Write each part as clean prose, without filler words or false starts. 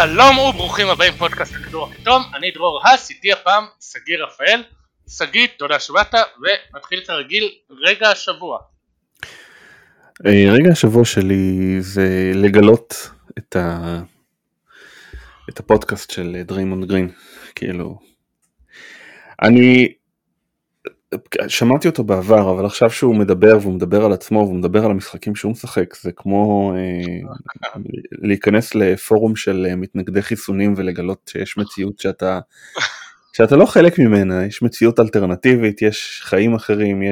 שלום וברוכים הבאים פודקאסט הכדור הכתום, אני דרור האס, איתי הפעם סגיר רפאל. סגית, תודה שבאת, ונתחיל כרגיל רגע השבוע. רגע השבוע שלי זה לגלות את הפודקאסט של דריימונד גרין. כאילו, אני שמעתי אותו בעבר, אבל עכשיו שהוא מדבר והוא מדבר על עצמו והוא מדבר על המשחקים שהוא משחק, זה כמו להיכנס לפורום של מתנגדי חיסונים ולגלות שיש מציאות שאתה לא חלק ממנה, יש מציאות אלטרנטיבית, יש חיים אחרים,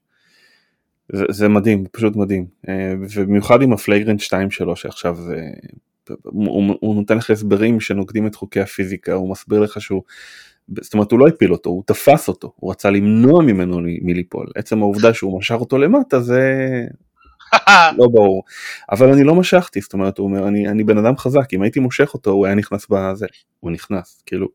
זה מדהים, פשוט מדהים, ובמיוחד עם הפלייגרנט 2 שלו שעכשיו הוא נותן לך הסברים שנוגדים את חוקי הפיזיקה, הוא מסביר לך זאת אומרת הוא לא הפיל אותו, הוא תפס אותו, הוא רצה למנוע ממנו מליפול, עצם העובדה שהוא משך אותו למטה זה לא ברור, אבל אני לא משכתי, זאת אומרת הוא אומר אני בן אדם חזק, אם הייתי מושך אותו הוא היה נכנס בזה, הוא נכנס, כאילו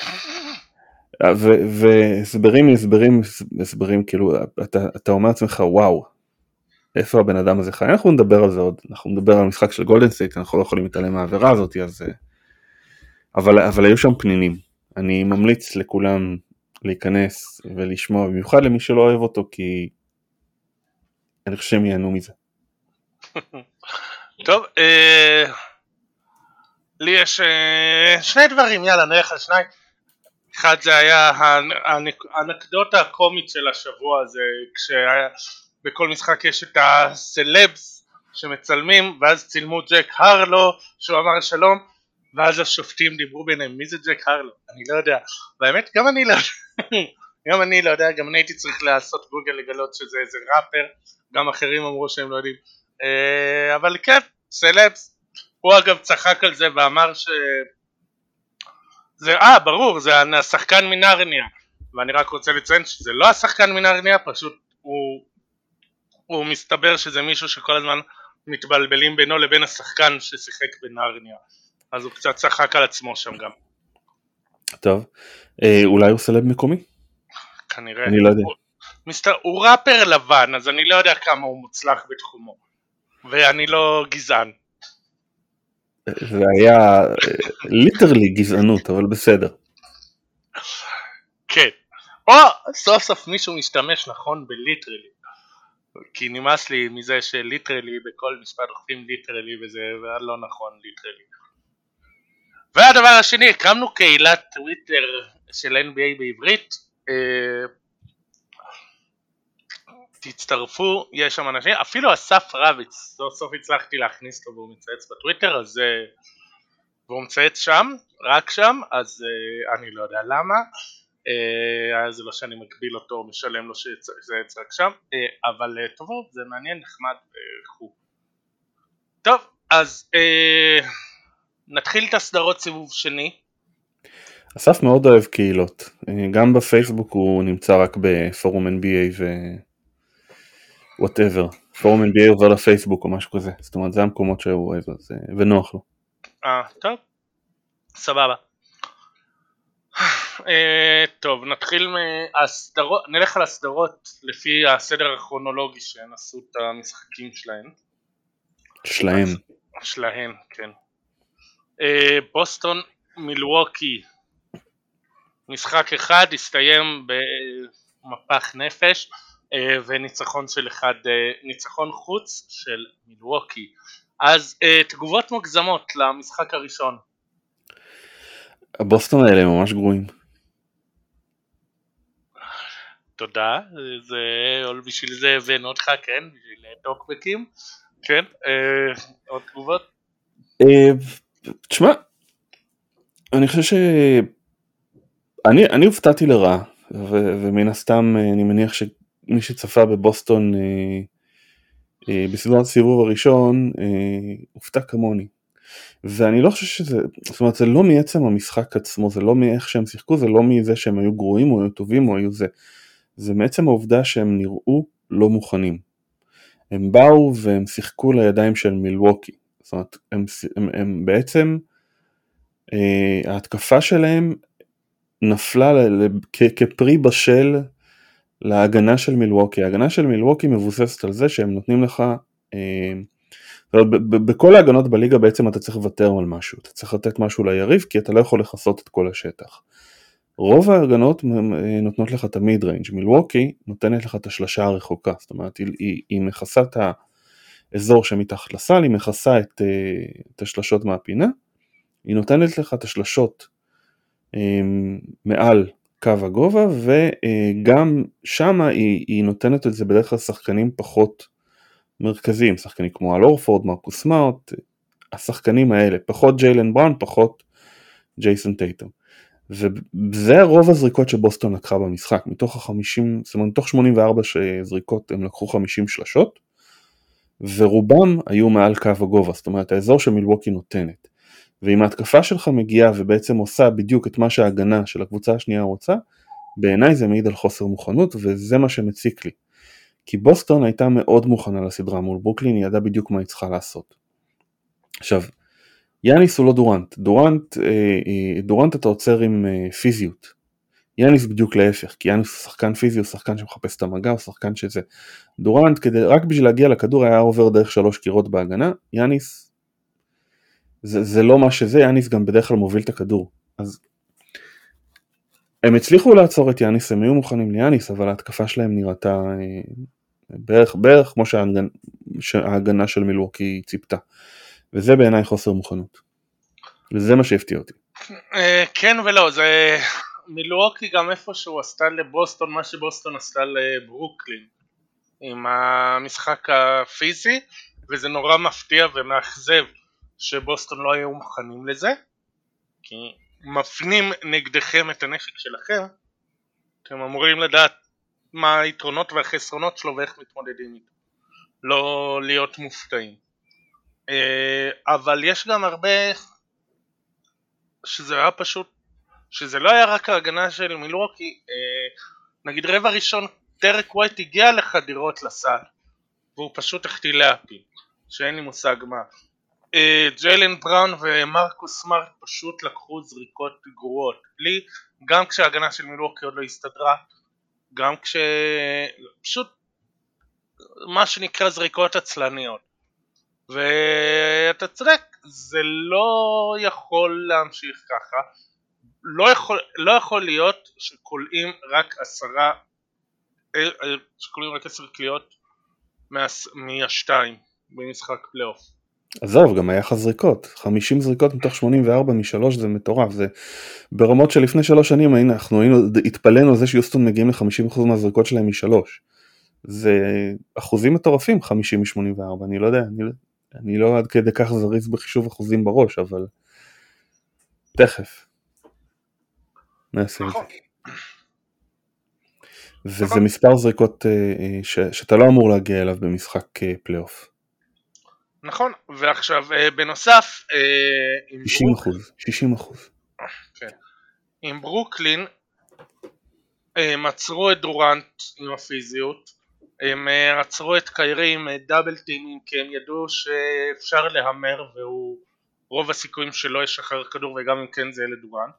והסברים כאילו אתה אומר לעצמך וואו, איפה הבן אדם הזה חי? אנחנו נדבר על זה עוד, אנחנו נדבר על המשחק של גולדן סטייט, אנחנו לא יכולים להתעלם מהעבירה הזאת, אבל היו שם פנינים, אני ממליץ לכולם להיכנס ולשמוע, במיוחד למי שלא אוהב אותו, כי אני חושב שהם ייהנו מזה. טוב, לי יש שני דברים, יאללה נלך על שניים. אחד זה היה האנקדוטה הקומית של השבוע הזה, כשבכל משחק יש את הסלבס שמצלמים, ואז צילמו ג'ק הרלו שהוא אמר שלום, ואז השופטים דיברו ביניהם, מי זה ג'ק הרלו? אני לא יודע, באמת גם אני לא יודע, גם אני הייתי צריך לעשות גוגל לגלות שזה איזה ראפר, גם אחרים אמרו שהם לא יודעים, אבל כן, סלבס, הוא אגב צחק על זה ואמר זה ברור, זה השחקן מנרניה, ואני רק רוצה לציין שזה לא השחקן מנרניה, פשוט הוא מסתבר שזה מישהו שכל הזמן מתבלבלים בינו לבין השחקן ששיחק בנרניה, אז הוא קצת צחק על עצמו שם גם. טוב, אולי הוא סלב מקומי? כנראה. אני לא יודע. הוא ראפר לבן, אז אני לא יודע כמה הוא מוצלח בתחומו, ואני לא גזען. זה היה ליטרלי גזענות, אבל בסדר. כן. סוף סוף מישהו משתמש נכון בליטרלי, כי נמאס לי מזה שליטרלי בכל משפט אוכפים ליטרלי וזה לא נכון ליטרלי. והדבר השני, הקמנו קהילת טוויטר של NBA בעברית, תצטרפו, יש שם אנשים, אפילו אסף רביץ, סוף סוף הצלחתי להכניס לו והוא מצייץ בטוויטר, אז והוא מצייץ שם, רק שם, אז אני לא יודע למה, זה לא שאני מגביל אותו, משלם לו שזה רק שם, אבל טוב, זה מעניין, נחמד וכו'. טוב, אז נתחיל את הסדרות סיבוב שני. אסף מאוד אוהב קהילות, גם בפייסבוק הוא נמצא רק בפורום NBA whatever, פורום NBA עובר לפייסבוק או משהו כזה, זאת אומרת זה המקומות שהוא אוהב, ונוח לו. טוב, סבבה. טוב, נתחיל מהסדרות, נלך על הסדרות לפי הסדר הכרונולוגי שהן עשו את המשחקים שלהם, כן. בוסטון מילווקי, משחק אחד הסתיים במפח נפש, וניצחון של ניצחון חוץ של מילווקי. אז תגובות מוגזמות למשחק הראשון. הבוסטון האלה הם ממש גרועים. תודה, זה בשביל זה הבאנו אותך, כן, בשביל טוקבקים, כן, עוד תגובות? תשמע, אני חושב אני הופתעתי לרעה, ומן הסתם אני מניח שמי שצפה בבוסטון בסדרת הסיבוב הראשון הופתע כמוני, ואני לא חושב שזה, זאת אומרת זה לא מעצם המשחק עצמו, זה לא מאיך שהם שיחקו, זה לא מזה שהם היו גרועים או היו טובים או היו זה מעצם העובדה שהם נראו לא מוכנים, הם באו והם שיחקו לידיים של מילווקי, זאת אומרת הם בעצם ההתקפה שלהם נפלה כפרי בשל להגנה של מילווקי. ההגנה של מילווקי מבוססת על זה שהם נותנים לך בכל ההגנות בליגה בעצם אתה צריך לוותר על משהו, אתה צריך לתת משהו ליריב כי אתה לא יכול לחסות את כל השטח. רוב ההגנות נותנות לך את המיד ריינג', מילווקי נותנת לך את השלשה הרחוקה, זאת אומרת היא מכסה את האזור שמתחת לסל, היא מכסה את השלשות מהפינה, היא נותנת לך את השלשות מעל קו הגובה, וגם שם היא נותנת את זה בדרך כלל שחקנים פחות מרכזיים, שחקנים כמו אל אורפורד, מרקוס סמארט, השחקנים האלה, פחות ג'יילן בראון, פחות ג'ייסון טייטום. וזה רוב הזריקות שבוסטון לקחה במשחק, מתוך 84 זריקות הם לקחו 50 שלשות, ורובם היו מעל קו הגובה, זאת אומרת האזור שמילווקי נותנת. ואם ההתקפה שלך מגיעה ובעצם עושה בדיוק את מה שההגנה של הקבוצה השנייה רוצה, בעיניי זה מעיד על חוסר מוכנות, וזה מה שמציק לי. כי בוסטון הייתה מאוד מוכנה לסדרה מול ברוקלין, היא ידעה בדיוק מה היא צריכה לעשות. עכשיו, יאניס הוא לא דורנט, דורנט אתה עוצר עם פיזיות, יאניס בדיוק להפך, כי יאניס הוא שחקן פיזי, הוא שחקן שמחפש את המגע, הוא שחקן שזה, דורנט רק בשביל להגיע לכדור היה עובר דרך 3 קירות בהגנה, יאניס זה לא מה שזה, יאניס גם בדרך כלל מוביל את הכדור, אז הם הצליחו לעצור את יאניס, הם היו מוכנים ליאניס, אבל ההתקפה שלהם נראתה בערך כמו שההגנה של מילווקי ציפתה, וזה בעיניי חוסר מוכנות, וזה מה שהפתיע אותי. כן ולא, זה מילווקי גם איפשהו עשתה לבוסטון מה שבוסטון עשתה לברוקלין עם המשחק הפיזי, וזה נורא מפתיע ומאכזב שבוסטון לא היו מוכנים לזה, כי מפנים נגדכם את הנשק שלכם, אתם אמורים לדעת מה היתרונות והחסרונות שלו ואיך מתמודדים איתו, לא להיות מופתעים. אבל יש גם הרבה שזה היה פשוט, שזה לא היה רק ההגנה של מילווקי, נגיד רבע ראשון דרק ווייט הגיע לחדירות לסל והוא פשוט החטיא להפיל, שאין לי מושג מה. ג'יילן בראון ומרקוס סמארט פשוט לקחו זריקות גרועות לי, גם כשההגנה של מילווקי עוד לא הסתדרה, גם פשוט מה שנקרא זריקות עצלניות, ואתה צודק, זה לא יכול להמשיך ככה, לא יכול להיות שקולעים רק 10 קליעות מהשתיים במשחק פלייאוף. עזוב, גם היה זריקות, 50 זריקות מתוך 84 מ3 זה מטורף, זה ברמות שלפני 3 שנים אנחנו התפלנו על זה שיוסטון מגיעים ל-50% מהזריקות שלהם מ3, זה אחוזים מטורפים 50 מ84, אני לא יודע, אני לא עד כדי כך זריז בחישוב אחוזים בראש, אבל תכף נעשה את זה. וזה מספר זריקות שאתה לא אמור להגיע אליו במשחק פלייאוף. נכון, ועכשיו בנוסף 60%. כן. עם ברוקלין הם עצרו את דורנט עם הפיזיות, הם עצרו את קיירי עם דאבל טימים, כי הם ידעו שאפשר להמר והוא רוב הסיכויים שלא ישחרר כדור, וגם אם כן זה יהיה לדורנט.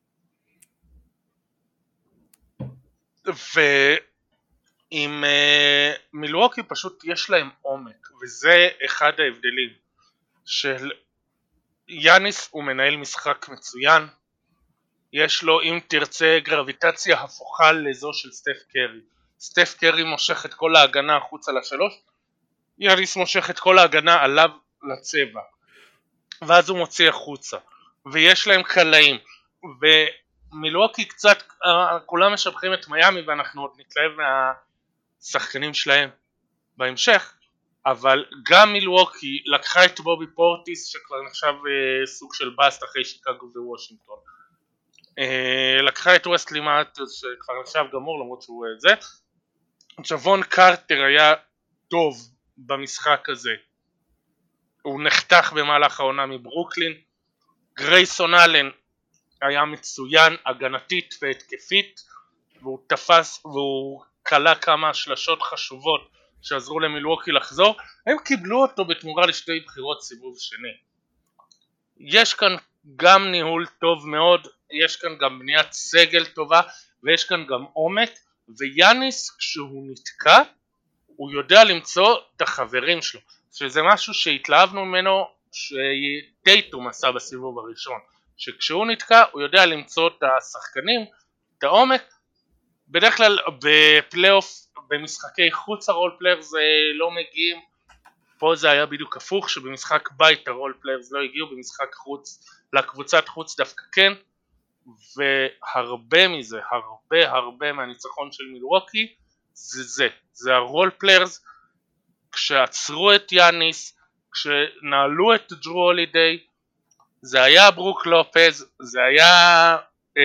ועם מילווקי פשוט יש להם עומק, וזה אחד ההבדלים של יאניס. הוא מנהל משחק מצוין, יש לו אם תרצה גרביטציה הפוכה לזו של סטף קרי. סטף קרי מושך את כל ההגנה החוצה לשלוש, יאניס מושך את כל ההגנה עליו לצבע, ואז הוא מוציא החוצה, ויש להם קלעים. ומילווקי קצת, כולם משבחים את מיאמי ואנחנו עוד נתלהב מהשחקנים שלהם בהמשך, אבל גם מילווקי לקחה את בובי פורטיס שכבר נחשב סוג של באסט אחרי שיקגו ווושינגטון, לקחה את וסלי מאטוס שכבר נחשב גמור למרות שהוא זה, ג'וון קרטר היה טוב במשחק הזה, הוא נחתך במהלך העונה מברוקלין, גרייסון אלן היה מצוין הגנתית והתקפית, והוא תפס והוא קלה כמה שלשות חשובות שעזרו למילווקי לחזור. הם קיבלו אותו בתמורה לשתי בחירות סיבוב שני. יש כאן גם ניהול טוב מאוד, יש כאן גם בניית סגל טובה, ויש כאן גם עומק, ויאניס כשהוא נתקע הוא יודע למצוא את החברים שלו. שזה משהו שהתלהבנו ממנו שטייטום עשה בסיבוב הראשון, שכשהוא נתקע הוא יודע למצוא את השחקנים, את העומק. בדרך כלל בפלייאוף, במשחקי חוץ הרול פליירס לא מגיעים, פה זה היה בדיוק הפוך, שבמשחק בית הרול פליירס לא הגיעו, במשחק חוץ לקבוצת חוץ דווקא כן, והרבה מזה, הרבה מהניצחון של מילווקי זה הרול פליירס, כשעצרו את יאניס, כשנעלו את ג'רו הולידיי, זה היה ברוק לופז, זה היה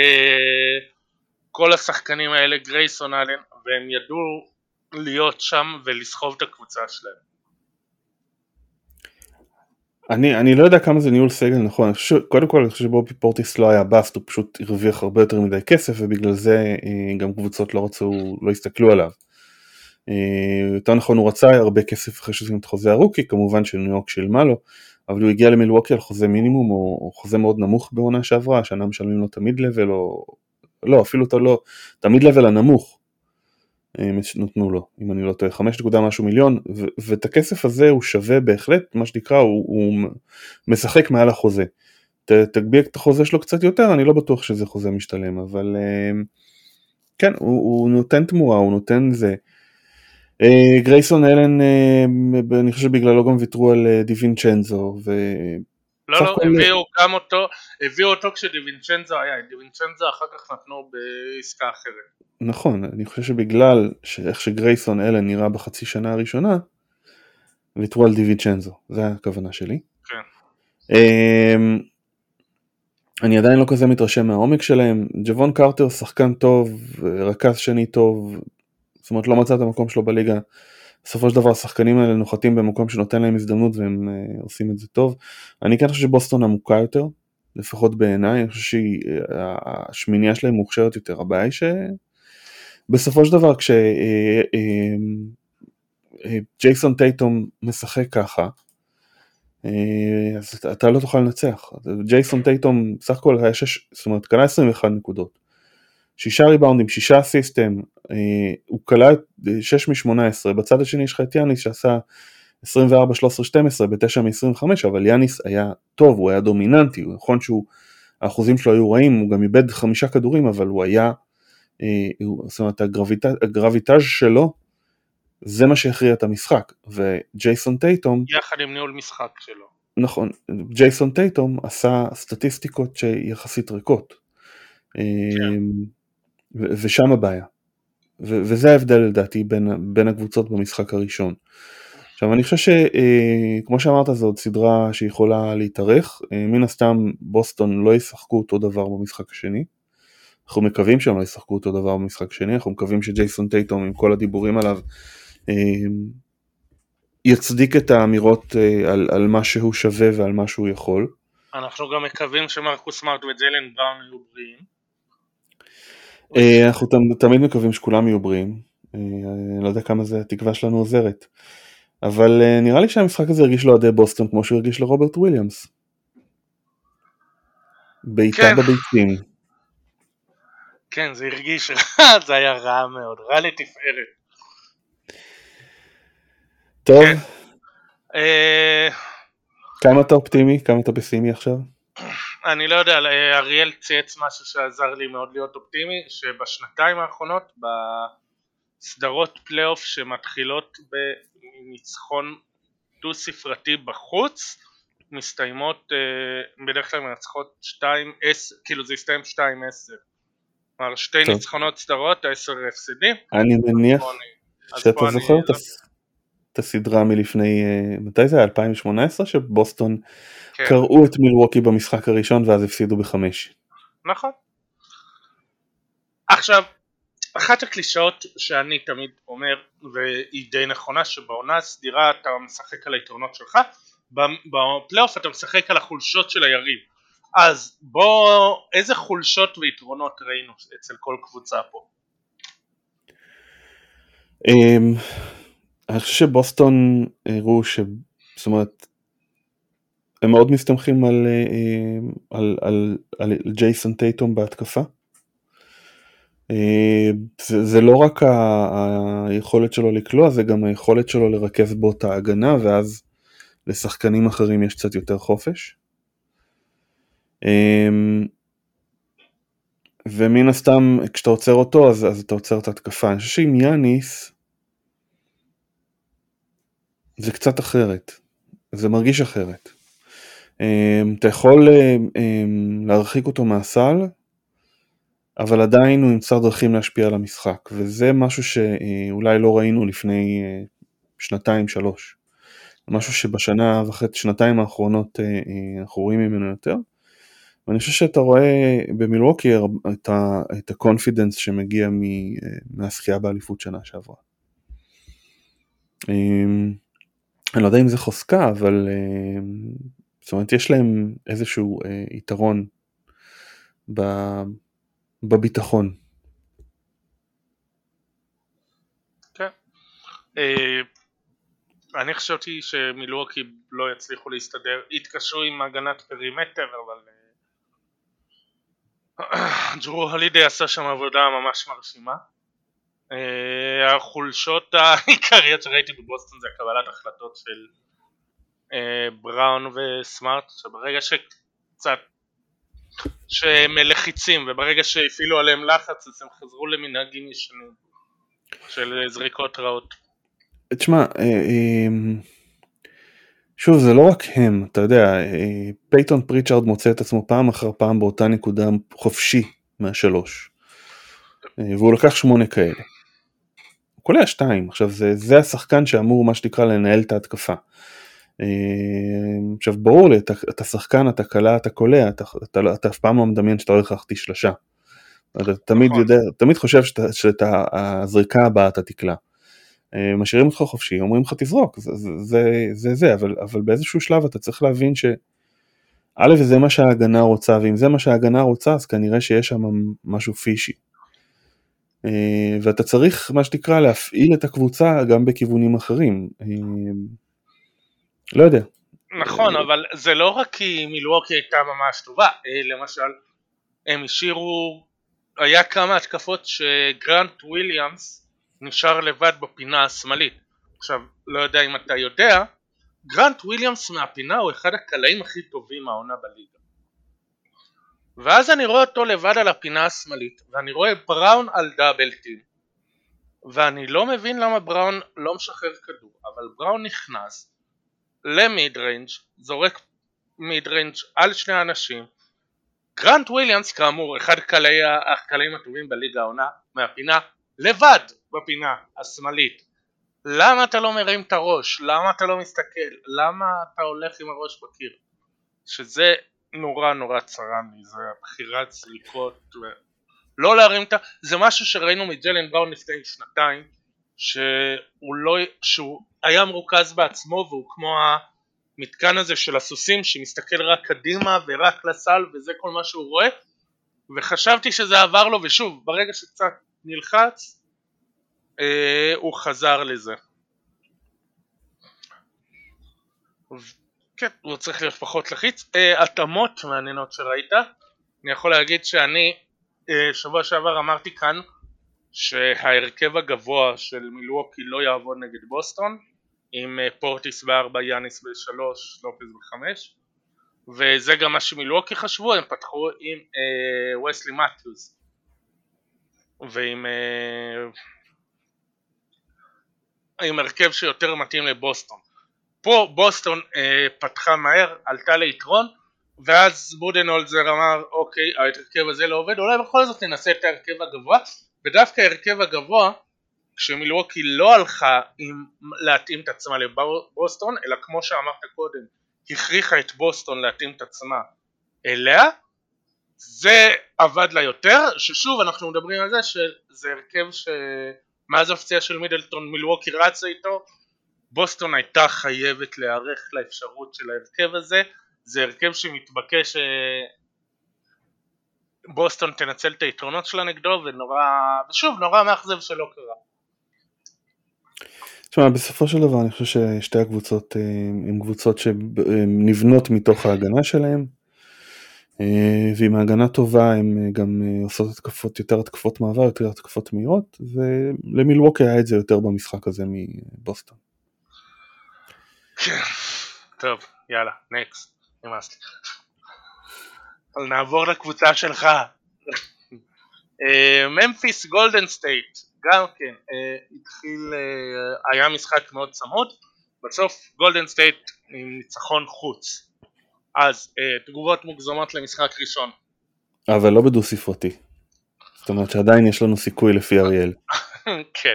כל השחקנים האלה, גרייסון אלן, והם ידעו להיות שם ולסחוב את הקבוצה שלהם. אני לא יודע כמה זה ניהול סגל נכון, קודם כל אני חושב שבובי פורטיס לא היה בסט, הוא פשוט הרוויח הרבה יותר מדי כסף, ובגלל זה גם קבוצות לא הסתכלו עליו. יותר נכון, הוא רצה הרבה כסף אחרי שזה את חוזה הרוקי, כמובן שניו יורק שילמה לו, אבל הוא הגיע למילווקי על חוזה מינימום, או חוזה מאוד נמוך בעונה שעברה, השנה משלמים לו תמיד לבל, או לא, אפילו תמיד לבל הנמוך, נותנו לו, אם אני לא טועה, 5 משהו מיליון, ואת הכסף הזה הוא שווה בהחלט, מה שנקרא, הוא משחק מעל החוזה. תגביע את החוזה שלו קצת יותר, אני לא בטוח שזה חוזה משתלם, אבל כן, הוא נותן תמורה, הוא נותן זה. גרייסון אלן, אני חושב שבגללו גם ויתרו על דיווינצ'נזו, לא, הביאו אותו כשדיווינצ'נזו היה, דיווינצ'נזו אחר כך נתנו בעסקה אחרת. נכון, אני חושב שבגלל איך שגרייסון אלן נראה בחצי שנה הראשונה, ויתרו על דיווינצ'נזו, זה הכוונה שלי. כן. אני עדיין לא כזה מתרשם מהעומק שלהם, ג'וון קרטר שחקן טוב, רכז שני טוב, זאת אומרת לא מצא את המקום שלו בליגה, בסופו של דבר השחקנים האלה נוחתים במקום שנותן להם הזדמנות והם עושים את זה טוב. אני כן חושב שבוסטון עמוקה יותר, לפחות בעיניי, אני חושב שהשמיניה שלהם מוכשרת יותר, הבעיה היא שבסופו של דבר כשג'ייסון טייטום משחק ככה, אז אתה לא תוכל לנצח. ג'ייסון טייטום סך הכל היה 21 נקודות, 6 ריבאונדים, 6 אסיסטים, הוא קלע 6 מ-18, בצד השני יש לך את יאניס שעשה 24, 13, 12 ב-9 מ-25, אבל יאניס היה טוב, הוא היה דומיננטי, נכון שהאחוזים שלו היו רעים, הוא גם איבד 5 כדורים, אבל הוא היה, זאת אומרת, הגרביטאז' שלו, זה מה שהכריע את המשחק, וג'ייסון טייטום, יחד עם ניהול משחק שלו. נכון, ג'ייסון טייטום עשה סטטיסטיקות שיחסית ריקות, ושם הבעיה, וזה ההבדל לדעתי בין הקבוצות במשחק הראשון. עכשיו אני חושב שכמו שאמרת זו עוד סדרה שיכולה להתארך, מן הסתם בוסטון לא ישחקו אותו דבר במשחק השני, אנחנו מקווים שהם לא ישחקו אותו דבר במשחק השני, אנחנו מקווים שג'ייסון טייטום עם כל הדיבורים עליו יצדיק את האמירות על מה שהוא שווה ועל מה שהוא יכול. אנחנו גם מקווים שמרקוס סמארט וג'יילן בראון יהיו בריאים. אנחנו תמיד מקווים שכולם יהיו בריאים, אני לא יודע כמה זה התקווה שלנו עוזרת, אבל נראה לי שהמשחק הזה הרגיש לו עדי בוסטון כמו שהוא הרגיש לרוברט וויליאמס, בעיטה בביתים. כן, זה הרגיש רע, זה היה רע מאוד, רע לתפארת. טוב, כמה אתה אופטימי, כמה אתה פסימי עכשיו? אני לא יודע, אריאל צייץ משהו שעזר לי מאוד להיות אופטימי, שבשנתיים האחרונות בסדרות פלייאוף שמתחילות בניצחון דו ספרתי בחוץ, מסתיימות בדרך כלל מנצחות 2-10, כאילו זה יסתיים 2-10, כלומר שתי ניצחונות סדרות, 10 הפסדים. אני מניח שאתה זוכר את הסדרה מלפני, מתי זה היה? 2018 שבוסטון קראו את מילווקי במשחק הראשון ואז הפסידו ב5. נכון. עכשיו, אחת הקלישאות שאני תמיד אומר, והיא די נכונה, שבעונה הסדירה אתה משחק על היתרונות שלך, בפלייאוף אתה משחק על החולשות של היריב. אז בוא, איזה חולשות ויתרונות ראינו אצל כל קבוצה פה? אני חושב שבוסטון הראו זאת אומרת, הם מאוד מסתמכים על ג'ייסון טייטום בהתקפה. זה לא רק היכולת שלו לקלוע, זה גם היכולת שלו לרכז בו את ההגנה, ואז לשחקנים אחרים יש קצת יותר חופש. ומן הסתם כשאתה עוצר אותו אז אתה עוצר את התקפה. אני חושב שעם יאניס זה קצת אחרת, זה מרגיש אחרת. אתה יכול להרחיק אותו מהסל, אבל עדיין הוא ימצא דרכים להשפיע על המשחק, וזה משהו שאולי לא ראינו לפני 2-3. משהו שבשנה וחצי, שנתיים האחרונות אנחנו רואים ממנו יותר. ואני חושב שאתה רואה במילווקי את הקונפידנס שמגיע מהזכייה באליפות שנה שעברה. אני לא יודע אם זה חוזקה, אבל זאת אומרת יש להם איזשהו יתרון בביטחון. כן. אני חשבתי שמילווקי לא יצליחו להסתדר, התקשרו עם הגנת פרימטר, אבל ג'רו הולידי עשה שם עבודה ממש מרשימה. החולשות העיקריות שראיתי בבוסטון זה הקבלת החלטות של בראון וסמארט, שברגע שקצת שמלחיצים וברגע שהפעילו עליהם לחץ אז הם חזרו למנהגים ישנים של זריקות רעות. תשמע, שוב זה לא רק הם, אתה יודע, פייטון פריצ'ארד מוצא את עצמו פעם אחר פעם באותה נקודה חופשי מהשלוש, והוא לקח 8 כאלה, הוא קולע 2, עכשיו זה השחקן שאמור מה שנקרא לנהל את ההתקפה. עכשיו ברור לי, אתה שחקן, אתה קלה, אתה קולע, אתה אף פעם לא מדמיין שאתה הולך להחטיא שלשה, אתה תמיד חושב שאת הזריקה הבאה אתה תקלע, משאירים אותך חופשי, אומרים לך תזרוק, זה, אבל באיזשהו שלב אתה צריך להבין א' זה מה שההגנה רוצה, ואם זה מה שההגנה רוצה, אז כנראה שיש שם משהו פישי. ואתה צריך מה שתקרא להפעיל את הקבוצה גם בכיוונים אחרים. לא יודע. נכון, אבל זה לא רק כי מילווקי הייתה ממש טובה, למשל הם השאירו, היה כמה התקפות שגרנט וויליאמס נשאר לבד בפינה השמאלית. עכשיו, לא יודע אם אתה יודע, גרנט וויליאמס מהפינה הוא אחד הקלעים הכי טובים מהעונה בליגה. ואז אני רואה אותו לבד על הפינה השמאלית, ואני רואה בראון על דאבל טים, ואני לא מבין למה בראון לא משחרר כדור, אבל בראון נכנס למיד ריינג', זורק מיד ריינג' על 2 אנשים, גרנט וויליאמס כאמור אחד הקלעים הטובים בליגה העונה מהפינה, לבד בפינה השמאלית. למה אתה לא מרים את הראש? למה אתה לא מסתכל? למה אתה הולך עם הראש בקיר? שזה נורא צרם לי, זה בחירת זריקות לא להרים את זה משהו שראינו מג'לן בראון לפני 2 שהוא היה מרוכז בעצמו והוא כמו המתקן הזה של הסוסים שמסתכל רק קדימה ורק לסל וזה כל מה שהוא רואה, וחשבתי שזה עבר לו, ושוב ברגע שקצת נלחץ הוא חזר לזה. כן, הוא צריך להיות פחות לחיץ. התאמות מעניינות שראית, אני יכול להגיד שאני שבוע שעבר אמרתי כאן שההרכב הגבוה של מילווקי לא יעבוד נגד בוסטון, עם פורטיס ב4, יאניס ב3, לופז ב5, וזה גם מה שמילווקי חשבו, הם פתחו עם וסלי מתיוס ועם עם הרכב שיותר מתאים לבוסטון. פה בוסטון פתחה מהר, עלתה ליתרון, ואז בודנהולזר אמר אוקיי, ההרכב הזה לא עובד, אולי בכל זאת ננסה את ההרכב הגבוה, ודווקא ההרכב הגבוה כשמילווקי לא הלכה להתאים את עצמה לבוסטון, אלא כמו שאמרת קודם הכריחה את בוסטון להתאים את עצמה אליה, זה עבד לה יותר. ששוב אנחנו מדברים על זה שזה הרכב שמאז הפציעה של מידלטון מילווקי רצה איתו, בוסטון הייתה חייבת להיערך לאפשרות של ההרכב הזה. זה הרכב שמתבקש בוסטון תנצל את היתרונות שלה נגדו, ושוב נורא מאכזב שלא קרה. תשמע, בסופו של דבר אני חושב ששתי הקבוצות הן קבוצות שנבנות מתוך ההגנה שלהן, ועם ההגנה טובה הן גם עושות התקפות, יותר התקפות מעבר, יותר התקפות מהירות, ולמילווקי היה את זה יותר במשחק הזה מבוסטון. טוב, יאללה, נקסט, נמאס לי. אבל נעבור לקבוצה שלך. ממפיס גולדן סטייט, גם כן, התחיל, היה משחק מאוד צמוד, בסוף גולדן סטייט עם ניצחון חוץ. אז תגובות מוגזמות למשחק ראשון. אבל לא בדו ספרתי. זאת אומרת שעדיין יש לנו סיכוי לפי אריאל. כן.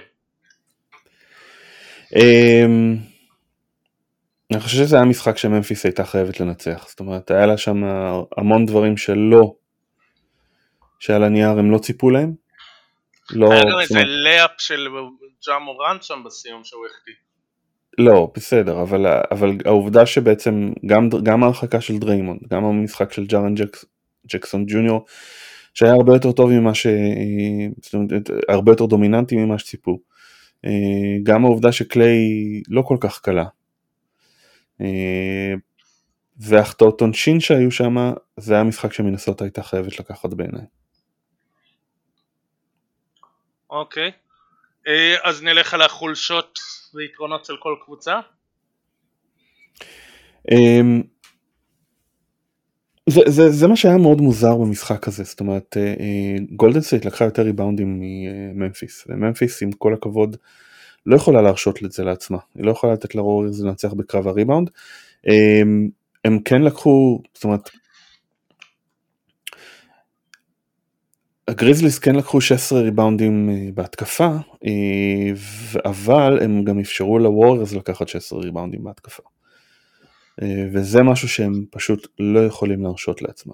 אני חושב שזה היה משחק שממפיס הייתה חייבת לנצח. זאת אומרת, היה לה שם המון דברים שעל הנייר הם לא ציפו להם. היה גם איזה לאפ של ג'ה מורנט שם בסיום שהוא החטיא. לא, בסדר, אבל העובדה שבעצם גם ההרחקה של דריימונד, גם המשחק של ג'ארן ג'קסון ג'וניור, שהיה הרבה יותר טוב הרבה יותר דומיננטי ממה שציפו. גם העובדה שקליי לא כל כך קלה. והחטאות עונשין שהיו שם, זה היה משחק שמנסוטה הייתה חייבת לקחת בעיניי. אוקיי. אז נלך על החולשות ויתרונות של כל קבוצה. זה מה שהיה מאוד מוזר במשחק הזה, זאת אומרת, גולדן סטייט לקחה יותר ריבאונדים מממפיס, וממפיס עם כל הכבוד לא יכולה להרשות את זה לעצמה, היא לא יכולה לתת לווריורס לנצח בקרב הריבאונד. הם כן לקחו, זאת אומרת, הגריזליס כן לקחו 16 ריבאונדים בהתקפה, אבל הם גם אפשרו לווריורס לקחת 16 ריבאונדים בהתקפה. וזה משהו שהם פשוט לא יכולים להרשות לעצמם.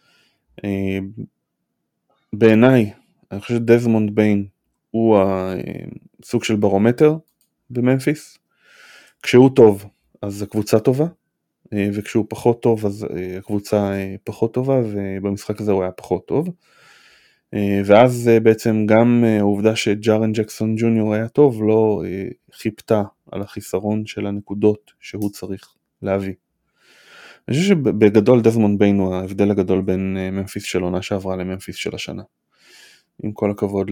בעיניי, אני חושב שדזמונד ביין הוא הסוג של ברומטר בממפיס. כשהוא טוב, אז הקבוצה טובה, וכשהוא פחות טוב, אז הקבוצה פחות טובה, ובמשחק הזה הוא היה פחות טוב. ואז בעצם גם העובדה שג'ארן ג'קסון ג'וניור היה טוב, לא חיפתה על החיסרון של הנקודות שהוא צריך להביא. אני חושב שבגדול דזמונד ביין הוא ההבדל הגדול בין ממפיס של עונה שעברה לממפיס של השנה. עם כל הכבוד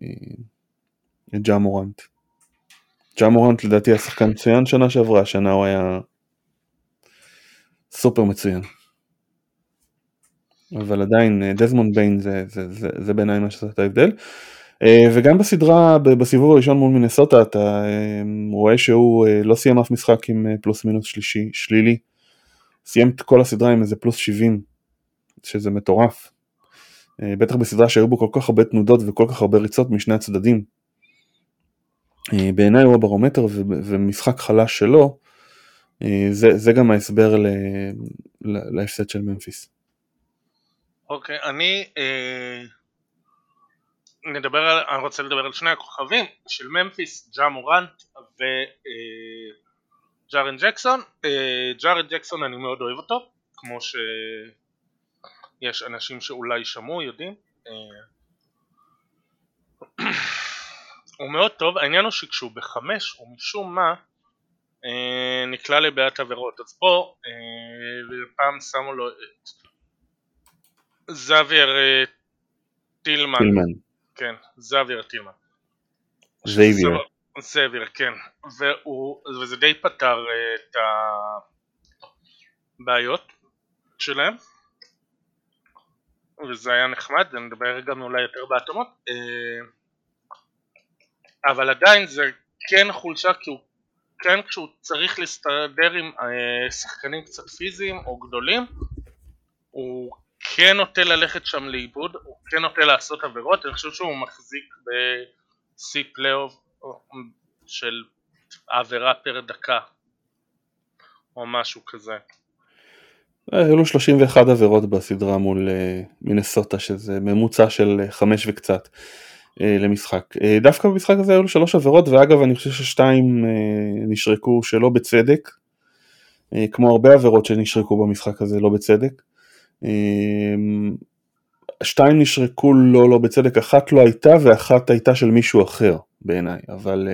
לג'ה מורנט. ג'ה מורנט לדעתי היה שחקן מצוין שנה שעברה, השנה הוא היה סופר מצוין. אבל עדיין דזמונד ביין זה בעיניי מה שעשה את ההבדל. וגם בסדרה, בסיבוב הראשון מול מינסוטה, אתה רואה שהוא לא סיים אף משחק עם פלוס מינוס שלילי. סיים את כל הסדרה עם איזה פלוס 70, שזה מטורף. בטח בסדרה שהיו בו כל כך הרבה תנודות וכל כך הרבה ריצות משני הצדדים. בעיניי הוא הברומטר, ומשחק חלש שלו, זה גם ההסבר להפסד של ממפיס. אוקיי, אני רוצה לדבר על שני הכוכבים של ממפיס, ג'ה מורנט וג'ארן ג'קסון. ג'ארן ג'קסון אני מאוד אוהב אותו, כמו שיש אנשים שאולי שמעו, יודעים. הוא מאוד טוב, העניין הוא שכשהוא בחמש הוא משום מה נקלע לבעיית עבירות. אז פה פעם שמו לו את זאביר טילמן. כן, זאביר טילמן. זאביר, כן. וזה די פתר את הבעיות שלהם. וזה היה נחמד, נדבר גם אולי יותר בהתאמות. אבל עדיין זה כן חולשה, כי הוא כן כשהוא צריך להסתדר עם שחקנים קצת פיזיים או גדולים, הוא כן נוטה ללכת שם לאיבוד, הוא כן נוטה לעשות עבירות. אני חושב שהוא מחזיק בסי פלייאוף של עבירה פר דקה או משהו כזה. היו לו 31 עבירות בסדרה מול מינסוטה, שזה ממוצע של 5 וקצת למשחק. דווקא במשחק הזה היו לו 3 עבירות, ואגב אני חושב ששתיים נשרקו שלא בצדק, כמו הרבה עבירות שנשרקו במשחק הזה לא בצדק. 2 נשרקו לא בצדק, 1 לא הייתה ואחת הייתה של מישהו אחר בעיניי, אבל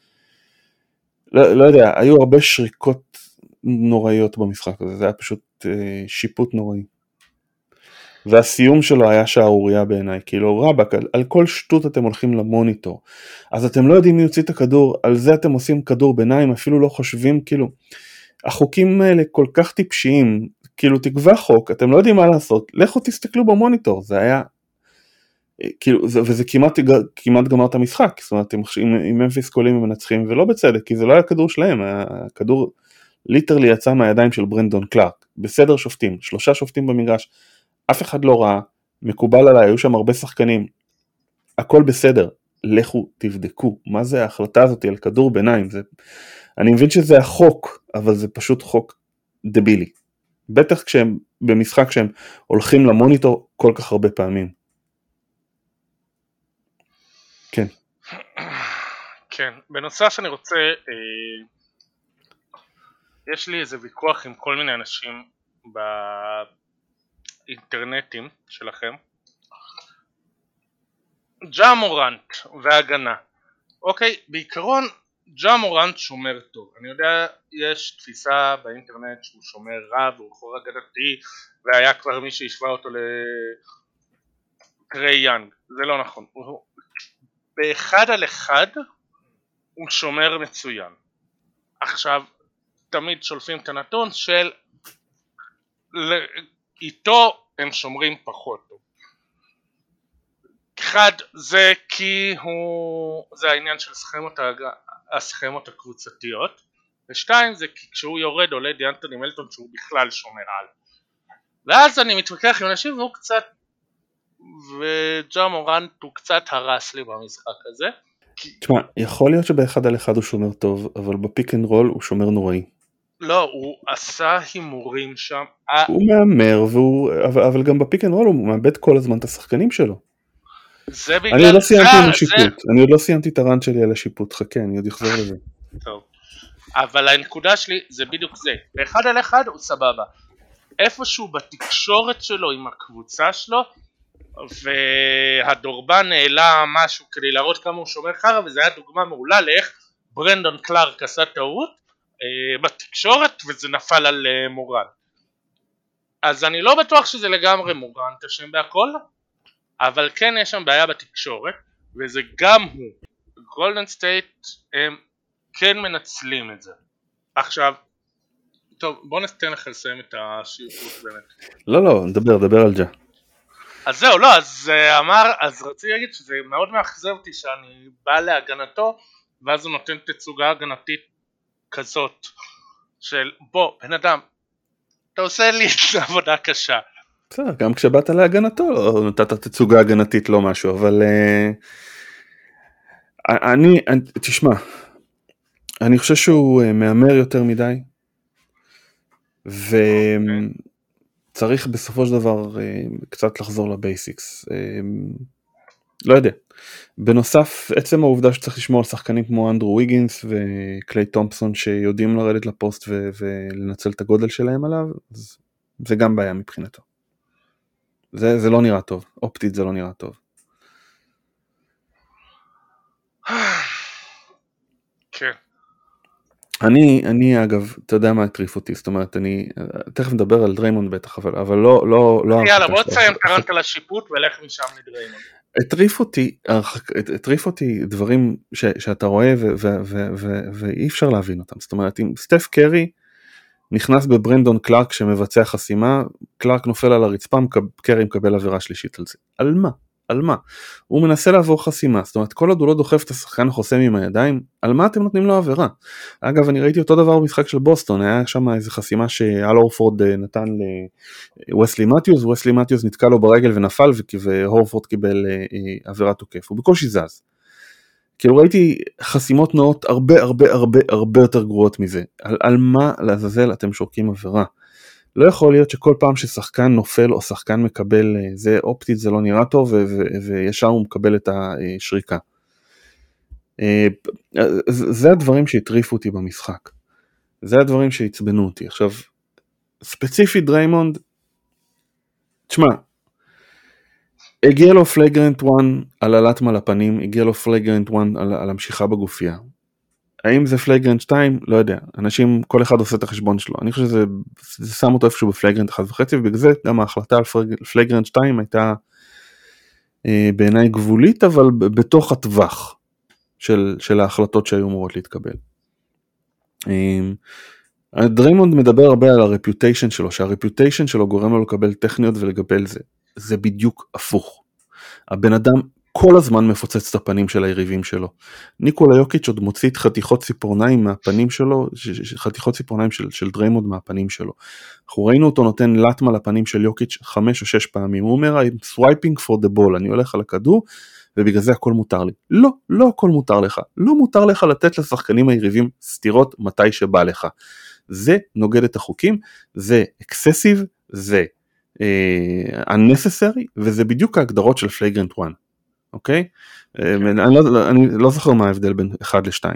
לא יודע, היו הרבה שריקות נוראיות במשחק הזה, זה היה פשוט שיפוט נוראי. והסיום שלו היה שערוריה בעיניי, כאילו רבק, על כל שטות אתם הולכים למוניטור, אז אתם לא יודעים מי יוציא את הכדור, על זה אתם עושים כדור ביניים, אפילו לא חושבים, כאילו, החוקים האלה כל כך טיפשיים, כאילו תקבע חוק, אתם לא יודעים מה לעשות, לכו תסתכלו במוניטור, זה היה, כאילו, וזה כמעט גמר את המשחק, זאת אומרת, אם ממפיס קולים הם מנצחים, ולא בצדק, כי זה לא היה כדור שלהם, הכדור ליטרלי יצא מהידיים של ברנדון קלארק, בסדר שופטים, 3 שופטים במגרש, אף אחד לא ראה, מקובל עליי, היו שם הרבה שחקנים, הכל בסדר, לכו תבדקו, מה זה ההחלטה הזאת על כדור ביניים, אני מבין שזה החוק, אבל זה פשוט חוק דבילי, בטח כשהם, במשחק שהם הולכים למוניטור כל כך הרבה פעמים. כן. כן, בנוסף אני רוצה, יש לי איזה ויכוח עם כל מיני אנשים באינטרנטים שלכם, ג'ה מורנט והגנה, אוקיי, בעיקרון ג'ה מורנט שומר טוב, אני יודע יש תפיסה באינטרנט שהוא שומר רע והוא חור הגנתי והיה כבר מי שהשווה אותו לקריי יאנג, זה לא נכון, באחד על אחד הוא שומר מצוין. עכשיו תמיד שולפים את הנתון של איתו הם שומרים פחות טוב. אחד זה כי זה העניין של הסכמות הקבוצתיות, ושתיים זה כי כשהוא יורד עולה דיאנטוני מלטון שהוא בכלל שומר על. ואז אני מתווכח עם אנשים והוא קצת, וג'ה מורנט הוא קצת הרס לי במשחק הזה. תשמע, יכול להיות שבאחד על אחד הוא שומר טוב, אבל בפיק אנד רול הוא שומר נוראי. לא, הוא עשה הימורים שם. הוא מאמר, אבל גם בפיק אנד רול הוא מאבד כל הזמן את השחקנים שלו. זה בגלל... אני עוד לא סיימתי עם השיפוט, אני עוד לא סיימתי את הרנט שלי על השיפוט, חכה, אני עוד אחזור לזה. טוב, אבל הנקודה שלי זה בדיוק זה, באחד על אחד הוא סבבה, איפשהו בתקשורת שלו עם הקבוצה שלו, והדורבן העלה משהו כדי להראות כמה הוא שומר חרא, וזה היה דוגמה מעולה לאיך ברנדון קלארק עשה טעות בתקשורת וזה נפל על מורנט. אז אני לא בטוח שזה לגמרי מורנט אשם בהכל, אבל כן יש שם בעיה בתקשורת, וזה גם הוא. גולדן סטייט הם כן מנצלים את זה. עכשיו, טוב, בוא ניתן לך לסיים את השיפוט באמת. לא, דבר על ג'ה. אז זהו, לא, אז רציתי להגיד שזה מאוד מאכזב אותי שאני בא להגנתו, ואז הוא נותן תצוגה הגנתית כזאת, של בוא, בן אדם, אתה עושה לי עבודה קשה. בסדר, גם כשבאת להגנתו, נתת תצוגה הגנתית לא משהו, אבל תשמע, אני חושב שהוא מאמר יותר מדי, וצריך בסופו של דבר קצת לחזור לבייסיקס, לא יודע. בנוסף, עצם העובדה שצריך לשמור על שחקנים כמו אנדרו ויגינס וקליי תומפסון שיודעים לרדת לפוסט ולנצל את הגודל שלהם עליו, זה גם בעיה מבחינתו. זה לא נראה טוב, אופטית זה לא נראה טוב. כן. אני אגב, אתה יודע מה הטריף אותי, זאת אומרת, אני תכף מדבר על דריימונד בטח, אבל לא... יאללה, בוא תסיים קרנת על השיפוט ולך משם לדריימונד. הטריף אותי דברים שאתה רואה ואי אפשר להבין אותם, זאת אומרת, אם סטף קרי נכנס בברנדון קלארק שמבצע חסימה, קלארק נופל על הרצפה, קרי מקבל עבירה שלישית על זה. על מה? על מה? הוא מנסה לעבור חסימה, זאת אומרת, כל עוד הוא לא דוחף את השחקן החוסם עם הידיים, על מה אתם נותנים לו עבירה? אגב, אני ראיתי אותו דבר במשחק של בוסטון, היה שם איזו חסימה שאל אורפורד נתן לווסלי מתיוס, וווסלי מתיוס נתקע לו ברגל ונפל, והורפורד קיבל עבירת תוקף, הוא בקושי זז. כאילו ראיתי חסימות נאות הרבה יותר גרועות מזה, על מה לעזאזל אתם שורקים עבירה? לא יכול להיות שכל פעם ששחקן נופל או שחקן מקבל, זה אופטית זה לא נראה טוב וישר הוא מקבל את השריקה. זה הדברים שהטריפו אותי במשחק. זה הדברים שהצבנו אותי. עכשיו, ספציפית דריימונד, תשמע, הגיע לו פלגרנט 1 על הלטמה לפנים, הגיע לו פלגרנט 1 על המשיכה בגופיה. האם זה פלגרנט 2? לא יודע. אנשים, כל אחד עושה את החשבון שלו. אני חושב שזה שם אותו איפשהו בפלגרנט 1.5, ובגלל זה גם ההחלטה על פלגרנט 2 הייתה בעיניי גבולית, אבל בתוך הטווח של ההחלטות שהיו אמורות להתקבל. דריימונד מדבר הרבה על הרפיוטיישן שלו, שהרפיוטיישן שלו גורם לו לקבל טכניות ולקבל זה. זה בדיוק הפוך. הבן אדם כל הזמן מפוצץ את הפנים של היריבים שלו. ניקולה יוקיץ' עוד מוציא את חתיכות ציפורניים מהפנים שלו, חתיכות ציפורניים של דריימונד מהפנים שלו. אנחנו ראינו אותו נותן לטמה לפנים של יוקיץ' 5 או 6 פעמים. הוא אומר, I'm swiping for the ball, אני הולך על הכדור, ובגלל זה הכל מותר לי. לא, לא הכל מותר לך. לא מותר לך לתת לשחקנים היריבים סתירות מתי שבא לך. זה נוגד את החוקים, זה excessive, זה unnecessary, וזה בדיוק ההגדרות של flagrant 1. אוקיי? אני לא זוכר מה ההבדל בין 1 ל-2.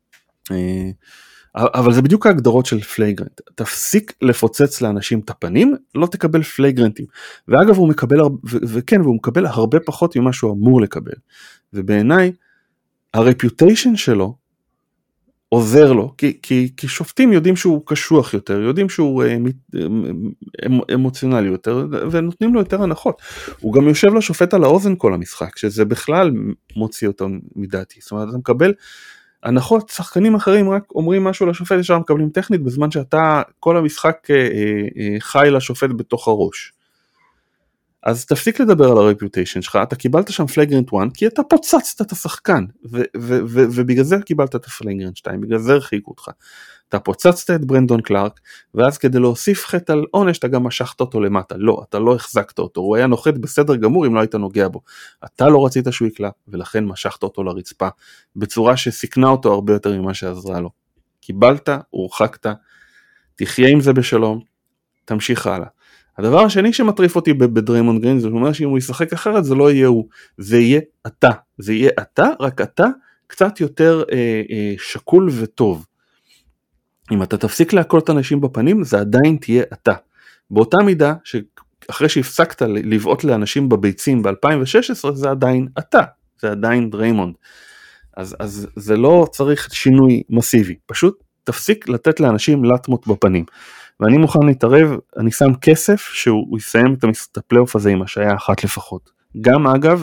אבל זה בדיוק ההגדרות של פלייגרנט. תפסיק לפוצץ לאנשים את הפנים, לא תקבל פלייגרנטים. ואגב הוא מקבל, וכן, והוא מקבל הרבה פחות ממה שהוא אמור לקבל. ובעיניי, הרפיוטיישן שלו עוזר לו, כי שופטים יודעים שהוא קשוח יותר, יודעים שהוא אמוציונלי יותר, ונותנים לו יותר הנחות. הוא גם יושב לשופט על האוזן כל המשחק, שזה בכלל מוציא אותו מדעתי. זאת אומרת, אתה מקבל הנחות, שחקנים אחרים רק אומרים משהו לשופט, ישר מקבלים טכנית, בזמן שאתה כל המשחק חי לשופט בתוך הראש. אז תפסיק לדבר על הרפיוטיישן שלך, אתה קיבלת שם פלייגרנט 1, כי אתה פוצצת את השחקן, ובגלל זה קיבלת את הפלייגרנט 2, בגלל זה הרחיקו אותך. אתה פוצצת את ברנדון קלארק, ואז כדי להוסיף חטא על עונש, אתה גם משכת אותו למטה. לא, אתה לא החזקת אותו, הוא היה נוחת בסדר גמור אם לא היית נוגע בו. אתה לא רצית שהוא יקלע, ולכן משכת אותו לרצפה, בצורה שסיכנה אותו הרבה יותר ממה שעזרה לו. קיבלת, הורחקת, תחיה עם זה בשלום, תמשיך הלאה. הדבר השני שמטריף אותי בדריימונד גרין, זה אומר שאם הוא ישחק אחרת, זה לא יהיה הוא, זה יהיה אתה. זה יהיה אתה, רק אתה קצת יותר שקול וטוב. אם אתה תפסיק להכות אנשים בפנים, זה עדיין תהיה אתה. באותה מידה, שאחרי שהפסקת לבעוט לאנשים בביצים ב-2016, זה עדיין אתה. זה עדיין דריימונד. אז זה לא צריך שינוי מסיבי. פשוט תפסיק לתת לאנשים לטמות בפנים. ואני מוכן להתערב, אני שם כסף שהוא יסיים את הפלייאוף הזה עם השעיה אחת לפחות. גם אגב,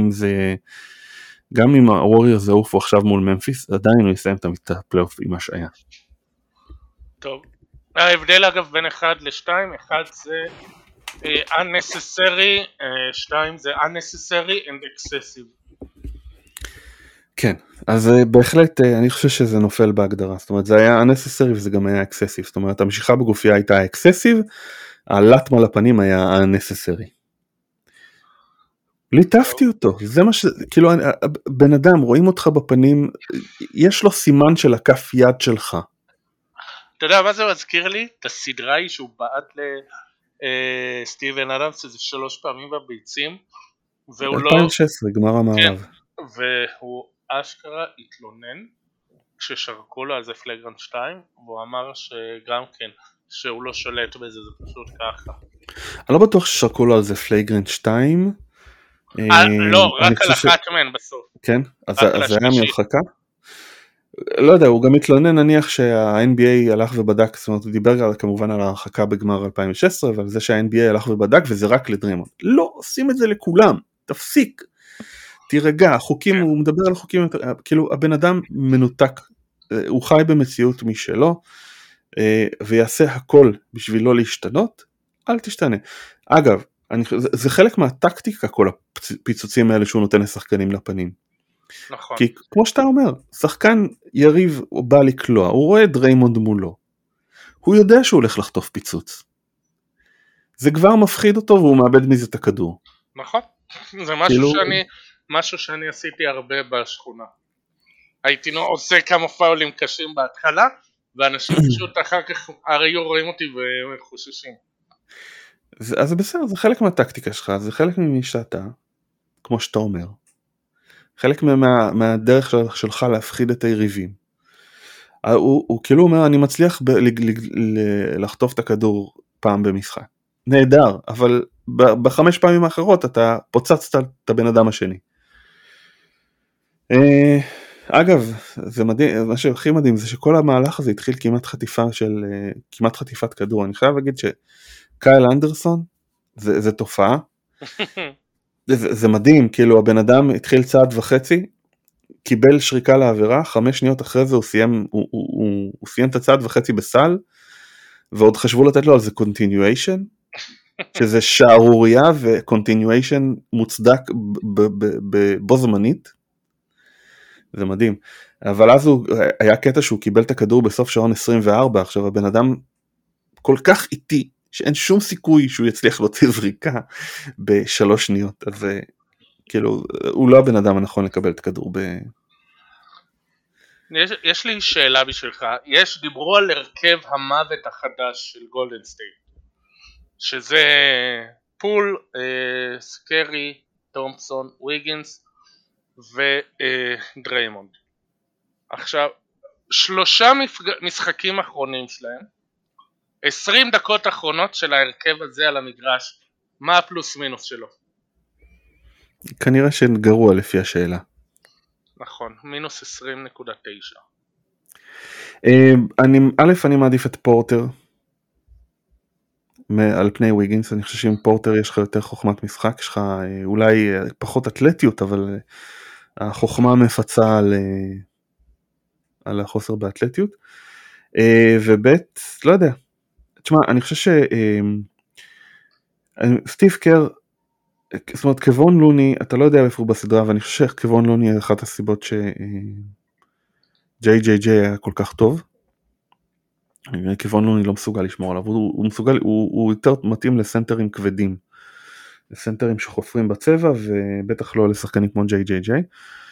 גם אם הווריורס יעופו עכשיו מול ממפיס, עדיין הוא יסיים את הפלייאוף עם השעיה. טוב. ההבדל אגב בין 1 ל-2, 1 זה unnecessary, 2 זה unnecessary and excessive. כן, אז בהחלט אני חושב שזה נופל בהגדרה, זאת אומרת זה היה unnecessary וזה גם היה excessive, זאת אומרת המשיכה בגופייה הייתה excessive, הלטמה לפנים היה unnecessary. ליטפתי אותו, זה מה ש... כאילו בן אדם, רואים אותך בפנים, יש לו סימן של הכף יד שלך. אתה יודע מה זה מזכיר לי? את הסדרה היא שהוא בעט לסטיבן אדמס איזה 3 פעמים בביצים, והוא 2016, גמר המערב. והוא אשכרה התלונן כששרקו לו על זה פלייגרנט 2, והוא אמר שגם כן, שהוא לא שולט בזה, זה פשוט ככה. אני לא בטוח ששרקו לו על זה פלייגרנט 2. לא, רק על אחת מהן בסוף. כן? אז זה היה מהרחקה? לא יודע, הוא גם התלונן נניח שה-NBA הלך ובדק, זאת אומרת הוא דיבר כמובן על ההרחקה בגמר 2016, ועל זה שה-NBA הלך ובדק וזה רק לדריימונד. לא, עושים את זה לכולם, תפסיק. תירגע, החוקים, הוא מדבר על חוקים, כאילו הבן אדם מנותק, הוא חי במציאות משלו, ויעשה הכל בשביל לא להשתנות, אל תשתנה. אגב, זה חלק מהטקטיקה, כל הפיצוצים האלה שהוא נותן לשחקנים לפנים. נכון. כי כמו שאתה אומר, שחקן יריב בא לקלוע, הוא רואה דריימונד מולו, הוא יודע שהוא הולך לחטוף פיצוץ. זה כבר מפחיד אותו והוא מאבד מזה את הכדור. נכון, זה משהו שאני עשיתי הרבה בשכונה. הייתי עושה כמה פאולים קשים בהתחלה, ואנשים פשוט אחר כך הרי רואים אותי וחוששים. אז בסדר, זה חלק מהטקטיקה שלך, זה חלק ממי שאתה, כמו שאתה אומר. חלק מהדרך שלך להפחיד את היריבים. הוא כאילו אומר, אני מצליח לחטוף את הכדור פעם במשחק. נהדר, אבל ב5 פעמים האחרות אתה פוצצת את הבן אדם השני. אגב, זה מדהים, מה שהכי מדהים זה שכל המהלך הזה התחיל כמעט חטיפת כדור. אני חייב להגיד שקייל אנדרסון זה תופעה. זה מדהים, כאילו הבן אדם התחיל צעד וחצי, קיבל שריקה לעבירה, 5 שניות אחרי זה הוא סיים את הצעד וחצי בסל, ועוד חשבו לתת לו על זה continuation, שזה שערוריה ו-continuation מוצדק בו זמנית, זה מדהים, אבל אז היה קטע שהוא קיבל את הכדור בסוף שעון 24, עכשיו הבן אדם כל כך איטי, שאין שום סיכוי שהוא יצליח להוציא זריקה ב3 שניות, אז כאילו, הוא לא הבן אדם הנכון לקבל את הכדור יש לי שאלה בשבילך, דיברו על הרכב המוות החדש של גולדן סטייט, שזה פול, סקרי, תומפסון, ויגינס ודריימונד. עכשיו, 3 משחקים אחרונים שלהם, 20 דקות אחרונות של ההרכב הזה על המגרש, מה הפלוס מינוס שלו? כנראה שגרוע לפי השאלה. נכון, מינוס 20.9. אני מעדיף את פורטר על פני ויגינס, אני חושב שעם פורטר יש לך יותר חוכמת משחק, יש לך אולי פחות אתלטיות, אבל החוכמה מפצה על החוסר באתלטיות, ובית, לא יודע, תשמע, אני חושב סטיב קר, זאת אומרת, קוון לוני, אתה לא יודע איפה הוא בסדרה, ואני חושב שקוון לוני היא אחת הסיבות ג'יי היה כל כך טוב, קוון לוני לא מסוגל לשמור עליו, הוא יותר מתאים לסנטרים כבדים, לסנטרים שחופרים בצבע, ובטח לא לשחקנים כמו ג'יי.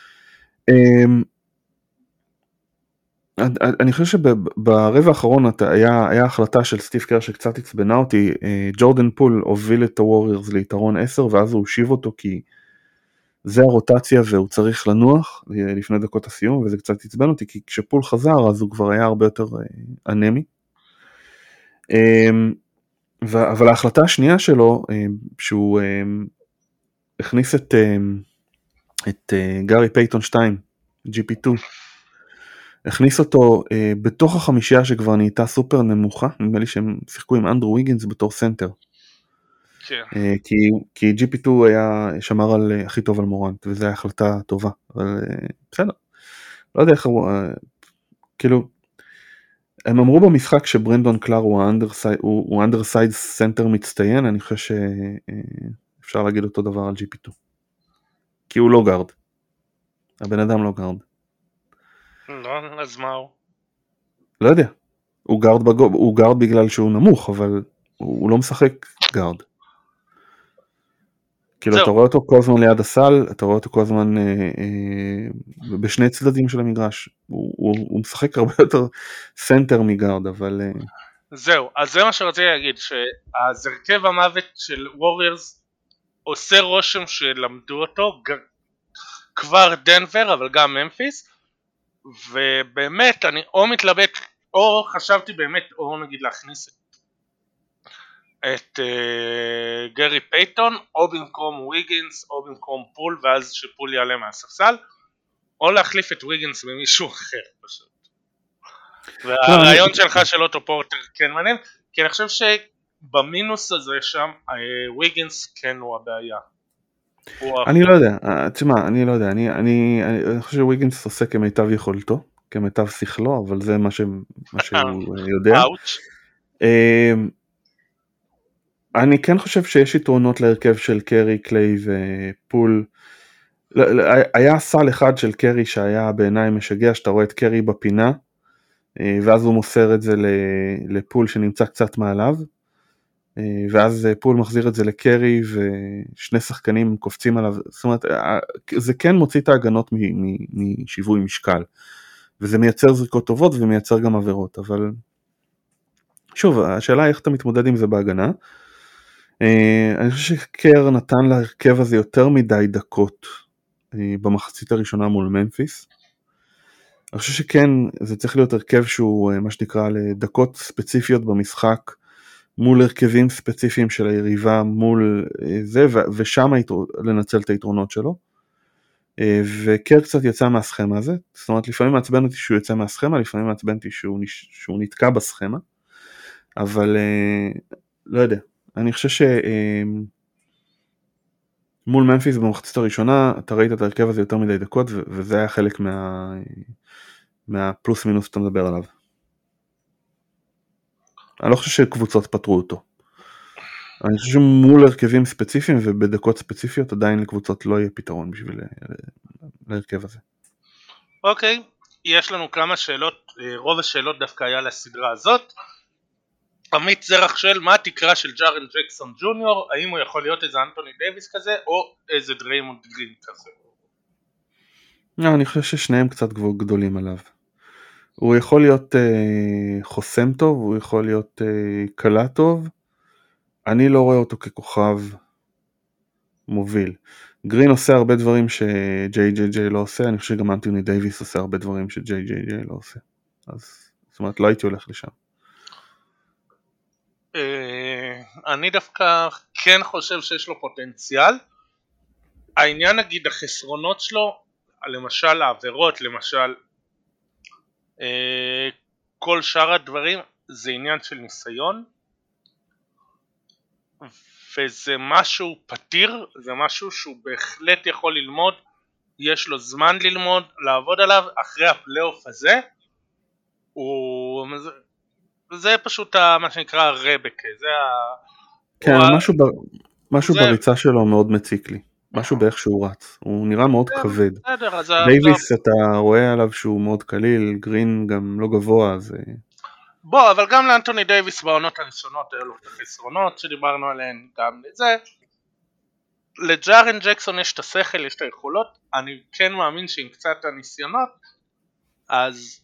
אני חושב שברבע האחרון היה החלטה של סטיב קר שקצת הצבנה אותי, ג'ורדן פול הוביל את הווריורס ליתרון 10, ואז הוא הושיב אותו כי זה הרוטציה והוא צריך לנוח לפני דקות הסיום, וזה קצת הצבן אותי, כי כשפול חזר אז הוא כבר היה הרבה יותר אנמי. אבל ההחלטה השנייה שלו, שהוא הכניס את גארי פייטון 2, GP2, הכניס אותו בתוך החמישייה שכבר נהייתה סופר נמוכה, נדמה לי שהם שיחקו עם אנדרו ויגינס בתור סנטר. כן. כי GP2 שמר הכי טוב על מורנט, וזו הייתה החלטה טובה, אבל בסדר. לא יודע איך כאילו, הם אמרו במשחק שברנדון קלר הוא אנדרסייד סנטר מצטיין, אני חושב שאפשר להגיד אותו דבר על GP2. כי הוא לא גארד. הבן אדם לא גארד. לא, אז מה הוא? לא יודע. הוא גארד בגלל שהוא נמוך, אבל הוא לא משחק גארד. כאילו אתה רואה אותו כל הזמן ליד הסל, אתה רואה אותו כל הזמן בשני צדדים של המגרש. הוא משחק הרבה יותר סנטר מגארד, אבל זהו, אז זה מה שרציתי להגיד, שהזרכב המוות של ווריורס עושה רושם שלמדו אותו, כבר דנבר אבל גם ממפיס, ובאמת אני או מתלבט או חשבתי באמת או נגיד להכניס את גרי פייטון או במקום ויגינס או במקום פול, ואז שפול יעלה מהספסל, או להחליף את ויגינס במישהו אחר פשוט. והרעיון שלך של אוטו פורטר כן מעניין, כי אני חושב שבמינוס הזה שם ויגינס כן הוא הבעיה. אני לא יודע, תשמע, אני לא יודע, אני חושב שוויגינס עושה כמיטב יכולתו, כמיטב שכלו, אבל זה מה שהוא יודע. אני כן חושב שיש יתרונות להרכב של קרי, קליי ופול. היה סל אחד של קרי שהיה בעיניי משגע, שאתה רואה את קרי בפינה, ואז הוא מוסר את זה לפול שנמצא קצת מעליו, ואז פול מחזיר את זה לקרי, ושני שחקנים קופצים עליו. זאת אומרת, זה כן מוציא את ההגנות משיווי משקל, וזה מייצר זריקות טובות ומייצר גם עבירות, אבל שוב, השאלה איך אתה מתמודד עם זה בהגנה. אני חושב שקר נתן להרכב הזה יותר מדי דקות במחצית הראשונה מול ממפיס. אני חושב שכן, זה צריך להיות הרכב שהוא מה שנקרא לדקות ספציפיות במשחק, מול הרכבים ספציפיים של היריבה, מול זה, ושם לנצל את היתרונות שלו. וקר קצת יצא מהסכמה הזה, זאת אומרת לפעמים מעצבן אותי שהוא יצא מהסכמה, לפעמים מעצבן אותי שהוא נתקע בסכמה, אבל לא יודע, אני חושב מול ממפיס במחצית הראשונה, אתה ראית את הרכב הזה יותר מדי דקות, וזה היה חלק מהפלוס מינוס שאתה מדבר עליו. אני לא חושב שקבוצות פתרו אותו. אני חושב שמול הרכבים ספציפיים ובדקות ספציפיות עדיין לקבוצות לא יהיה פתרון בשביל להרכב הזה. אוקיי, יש לנו כמה שאלות, רוב השאלות דווקא היה לסדרה הזאת. עמית זרח שואל, מה התקרה של ג'ארן ג'קסון ג'וניור? האם הוא יכול להיות איזה אנטוני דייביס כזה או איזה דריימונד גרין כזה? אני חושב ששניהם קצת גדולים עליו. הוא יכול להיות חוסם טוב, הוא יכול להיות קלה טוב. אני לא רואה אותו ככוכב מוביל. גרין עושה הרבה דברים שג'יי ג'יי ג'יי לא עושה, אני חושב שגם אנטוני דייביס עושה הרבה דברים שג'יי ג'יי ג'יי לא עושה. אז זאת אומרת, לא הייתי הולך לשם. אני דווקא כן חושב שיש לו פוטנציאל. העניין נגיד החסרונות שלו, למשל העבירות, למשל כל שאר הדברים, זה עניין של ניסיון, וזה משהו פתיר, זה משהו שהוא בהחלט יכול ללמוד, יש לו זמן ללמוד, לעבוד עליו. אחרי הפלייאוף הזה זה פשוט מה שנקרא רבקה, זה כן, משהו בריצה שלו מאוד מציק לי, משהו באיך שהוא רץ, הוא נראה מאוד כבד. דייביס אתה רואה עליו שהוא מאוד קליל, גרין גם לא גבוה, אז בוא, אבל גם לאנטוני דייביס בעונות הראשונות היו לו את החסרונות שדיברנו עליהן, גם לזה. לג'ארן ג'קסון יש את השכל, יש את היכולות. אני כן מאמין שעם קצת הניסיונות, אז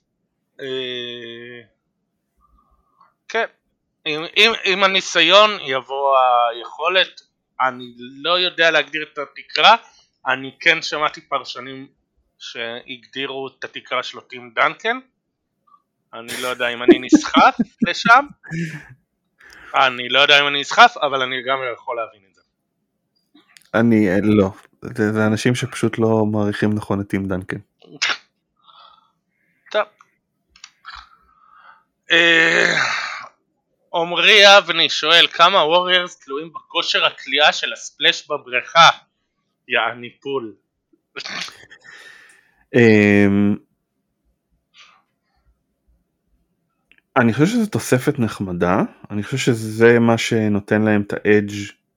כן, עם הניסיון יבוא היכולת. אני לא יודע להגדיר את התקרה. אני כן שמעתי פרשנים שהגדירו את התקרה שלו טים דנקן. אני לא יודע אם אני נסחף לשם, אבל אני גם יכול להבין את זה. אני לא, זה אנשים שפשוט לא מעריכים נכון את טים דנקן. טוב. עומרי אבני שואל, כמה ווריירס תלויים בכושר הקליעה של הספלש בבריכה? יעני פול. אני חושב שזו תוספת נחמדה, אני חושב שזה מה שנותן להם את האדג'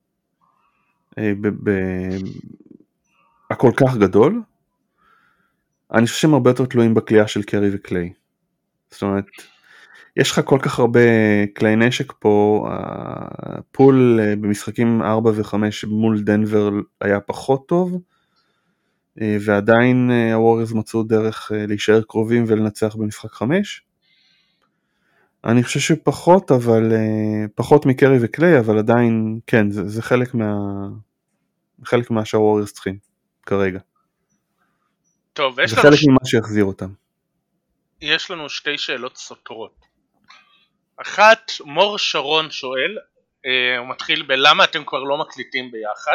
הכל כך גדול. אני חושב שהם הרבה יותר תלויים בקליעה של קרי וקליי. זאת אומרת, יש לך כל כך הרבה כלי נשק פה, הפול במשחקים 4 ו-5 מול דנבר היה פחות טוב, ועדיין הווריירס מצאו דרך להישאר קרובים ולנצח במשחק 5. אני חושב שפחות, אבל פחות מקרי וקליי, אבל עדיין, כן, זה חלק מה שהווריירס צריכים כרגע. טוב, זה חלק ממה שיחזיר אותם. יש לנו שתי שאלות סותרות. אחת, מור שרון שואל, הוא מתחיל בלמה אתם כבר לא מקליטים ביחד,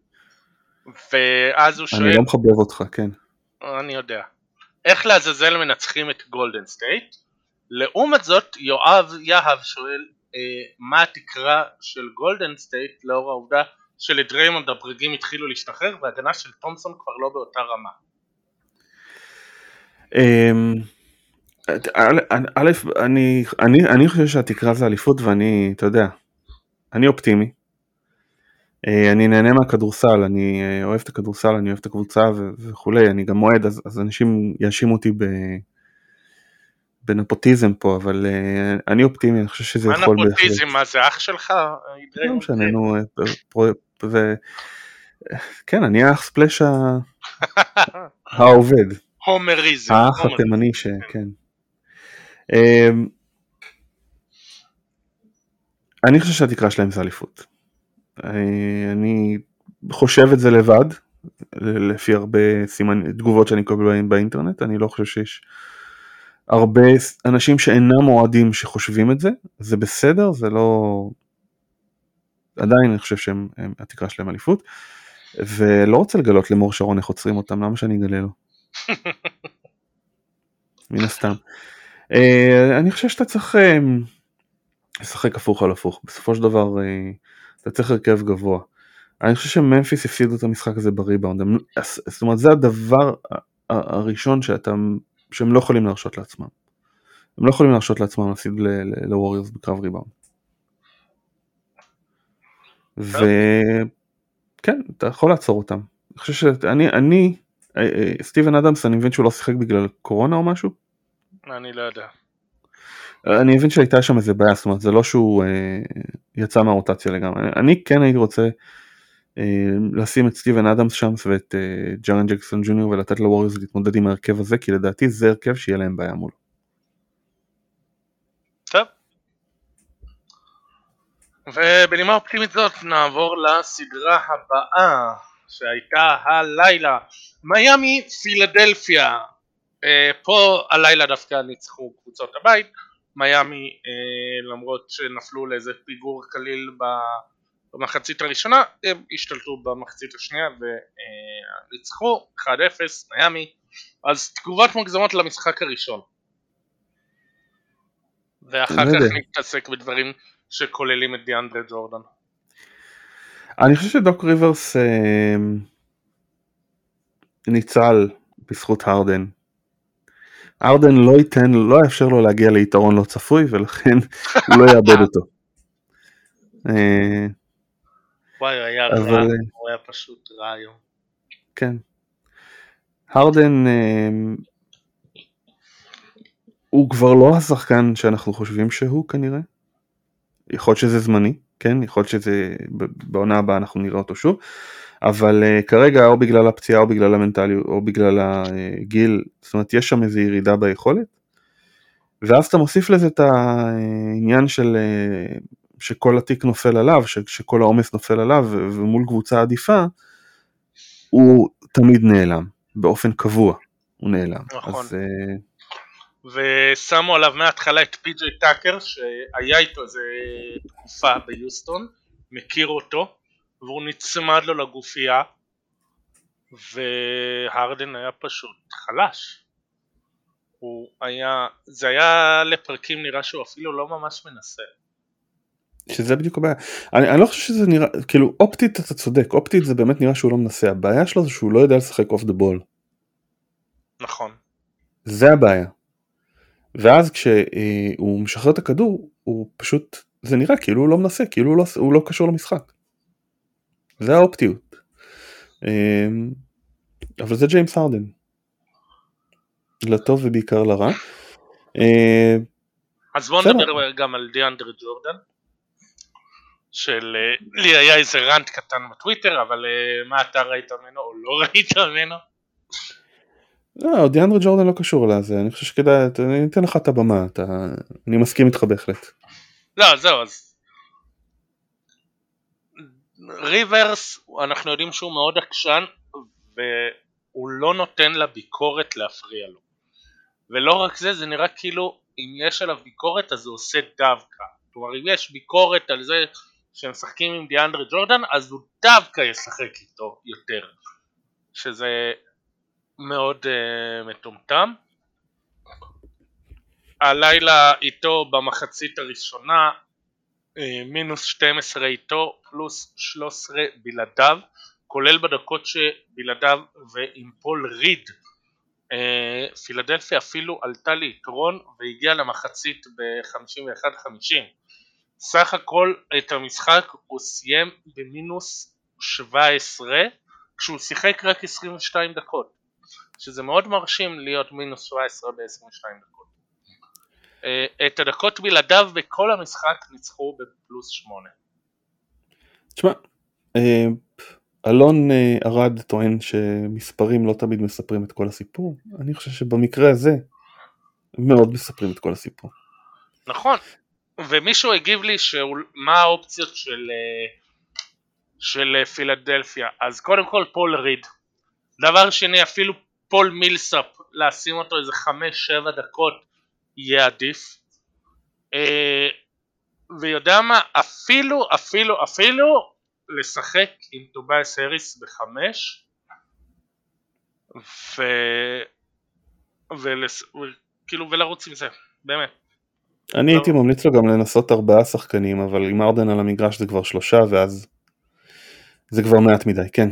ואז הוא שואל, אני לא מחבב אותך, כן. אני יודע. איך לעזאזל מנצחים את גולדן סטייט? לעומת זאת, יואב יהב שואל, מה התקרה של גולדן סטייט לאור העובדה שלדריימונד הבריגים התחילו להשתחרר וההגנה של תומסון כבר לא באותה רמה? א', אני חושב שהתקרה זה אליפות, ואני, אתה יודע, אני אופטימי. אני נהנה מהכדורסל, אני אוהב את הכדורסל, אני אוהב את הקבוצה וכולי, אני גם מועד, אז אנשים יאשימו אותי בנפוטיזם פה, אבל אני אופטימי, אני חושב שזה יכול... מה נפוטיזם? מה זה אח שלך? לא משנה, כן, אני האח ספלש העובד. הומריזם. האח התימני שכן. אני חושב שהתקרה שלהם זה אליפות. אני חושב את זה לבד, לפי הרבה תגובות שאני קורא באינטרנט, אני לא חושב שיש הרבה אנשים שאינם אוהדים שחושבים את זה, זה בסדר, זה לא... עדיין אני חושב שהתקרה שלהם אליפות, ולא רוצה לגלות למור שרון איך עוצרים אותם, למה שאני אגלה לו? מן הסתם. אני חושב שאתה צריך לשחק הפוך על הפוך, בסופו של דבר אתה צריך הרכב גבוה. אני חושב שממפיס הפסידו את המשחק הזה בריבאונד, זאת אומרת זה הדבר הראשון שהם לא יכולים להרשות לעצמם. הם לא יכולים להרשות לעצמם להפסיד לווריורס בקרב ריבאונד. וכן, אתה יכול לעצור אותם. אני חושב שאני, סטיבן אדמס, אני מבין שהוא לא שיחק בגלל קורונה או משהו? אני לא יודע. אני מבין שהייתה שם איזה בעיה, זאת אומרת, זה לא שהוא יצא מהרוטציה לגמרי. אני כן הייתי רוצה לשים את סטיבן אדמס שם ואת ג'רן ג'קסון ג'וניור ולתת לווריורס להתמודד עם ההרכב הזה, כי לדעתי זה הרכב שיהיה להם בעיה מול. טוב. ובנימה אופטימית זאת נעבור לסדרה הבאה שהייתה הלילה, מיאמי פילדלפיה. פה הלילה דווקא ניצחו קבוצות הבית, מיאמי למרות שנפלו לאיזה פיגור קליל במחצית הראשונה, הם השתלטו במחצית השנייה וניצחו 1-0 מיאמי. אז תגובות מוגזמות למשחק הראשון, ואחר כך נתעסק בדברים שכוללים את דיאנדרה ג'ורדן. אני חושב שדוק ריברס ניצל בזכות הרדן. הרדן לא יאפשר לו להגיע ליתרון לא צפוי, ולכן הוא לא יאבד אותו. וואי, היה רע, הוא היה פשוט רע היום. כן. הרדן הוא כבר לא השחקן שאנחנו חושבים שהוא כנראה. יכול להיות שזה זמני, כן? יכול להיות שזה בעונה הבאה אנחנו נראה אותו שוב. אבל כרגע או בגלל הפציעה או בגלל המנטליות או בגלל הגיל, זאת אומרת יש שם איזו ירידה ביכולת, ואז אתה מוסיף לזה את העניין של שכל התיק נופל עליו, שכל העומס נופל עליו, ומול קבוצה עדיפה, הוא תמיד נעלם, באופן קבוע הוא נעלם. נכון. אז, ושמו עליו מההתחלה את פי.ג'יי טאקר, שהיה איתו איזה תקופה ביוסטון, מכיר אותו, והוא נצמד לו לגופייה, והרדן היה פשוט חלש. זה היה לפרקים נראה שהוא אפילו לא ממש מנסה. שזה בדיוק הבעיה. אני לא חושב שזה נראה, כאילו אופטית אתה צודק, אופטית זה באמת נראה שהוא לא מנסה, הבעיה שלו זה שהוא לא יודע לשחק אוף דה בול. נכון. זה הבעיה. ואז כשהוא משחרר את הכדור, הוא פשוט, זה נראה כאילו הוא לא מנסה, כאילו הוא לא קשור למשחק. זה האופטיות. אבל זה ג'יימס הרדן. לטוב ובעיקר לרע. אז בואו נדבר גם על דיאנדרה ג'ורדן. לי היה איזה רנט קטן בטוויטר, אבל מה אתה ראית ממנו או לא ראית ממנו? לא, דיאנדרה ג'ורדן לא קשור לזה, אני חושב שכדאי, אני אתן לך את הבמה, אני מסכים איתך בהחלט. לא, זהו, אז ריברס, אנחנו יודעים שהוא מאוד עקשן, והוא לא נותן לביקורת להפריע לו. ולא רק זה, זה נראה כאילו אם יש עליו ביקורת אז הוא עושה דווקא. כלומר, אם יש ביקורת על זה שהם משחקים עם דיאנדרה ג'ורדן, אז הוא דווקא ישחק איתו יותר. שזה מאוד מטומטם. הלילה איתו במחצית הראשונה, מינוס 12 איתו, פלוס 13 בלעדיו, כולל בדקות שבלעדיו ועם פול ריד. פילדלפיה אפילו עלתה ליתרון והגיעה למחצית ב-51-50. סך הכל את המשחק הוא סיים במינוס 17 כשהוא שיחק רק 22 דקות, שזה מאוד מרשים להיות מינוס 17 ב-22 דקות. את הדקות בלעדיו בכל המשחק ניצחו בפלוס 8. תשמע, אלון ארד טוען שמספרים לא תמיד מספרים את כל הסיפור. אני חושב שבמקרה הזה מאוד מספרים את כל הסיפור. נכון, ומישהו הגיב לי מה האופציות של פילדלפיה. אז קודם כל פול ריד, דבר שני אפילו פול מילסאפ, לשים אותו איזה 5-7 דקות יהיה עדיף. ויודע מה, אפילו לשחק עם טובייס הריס ב5 וכאילו ולרוץ עם זה, באמת. אני הייתי ממליץ לו גם לנסות 4 שחקנים, אבל עם ארדן על המגרש זה כבר 3, ואז זה כבר מעט מדי, כן.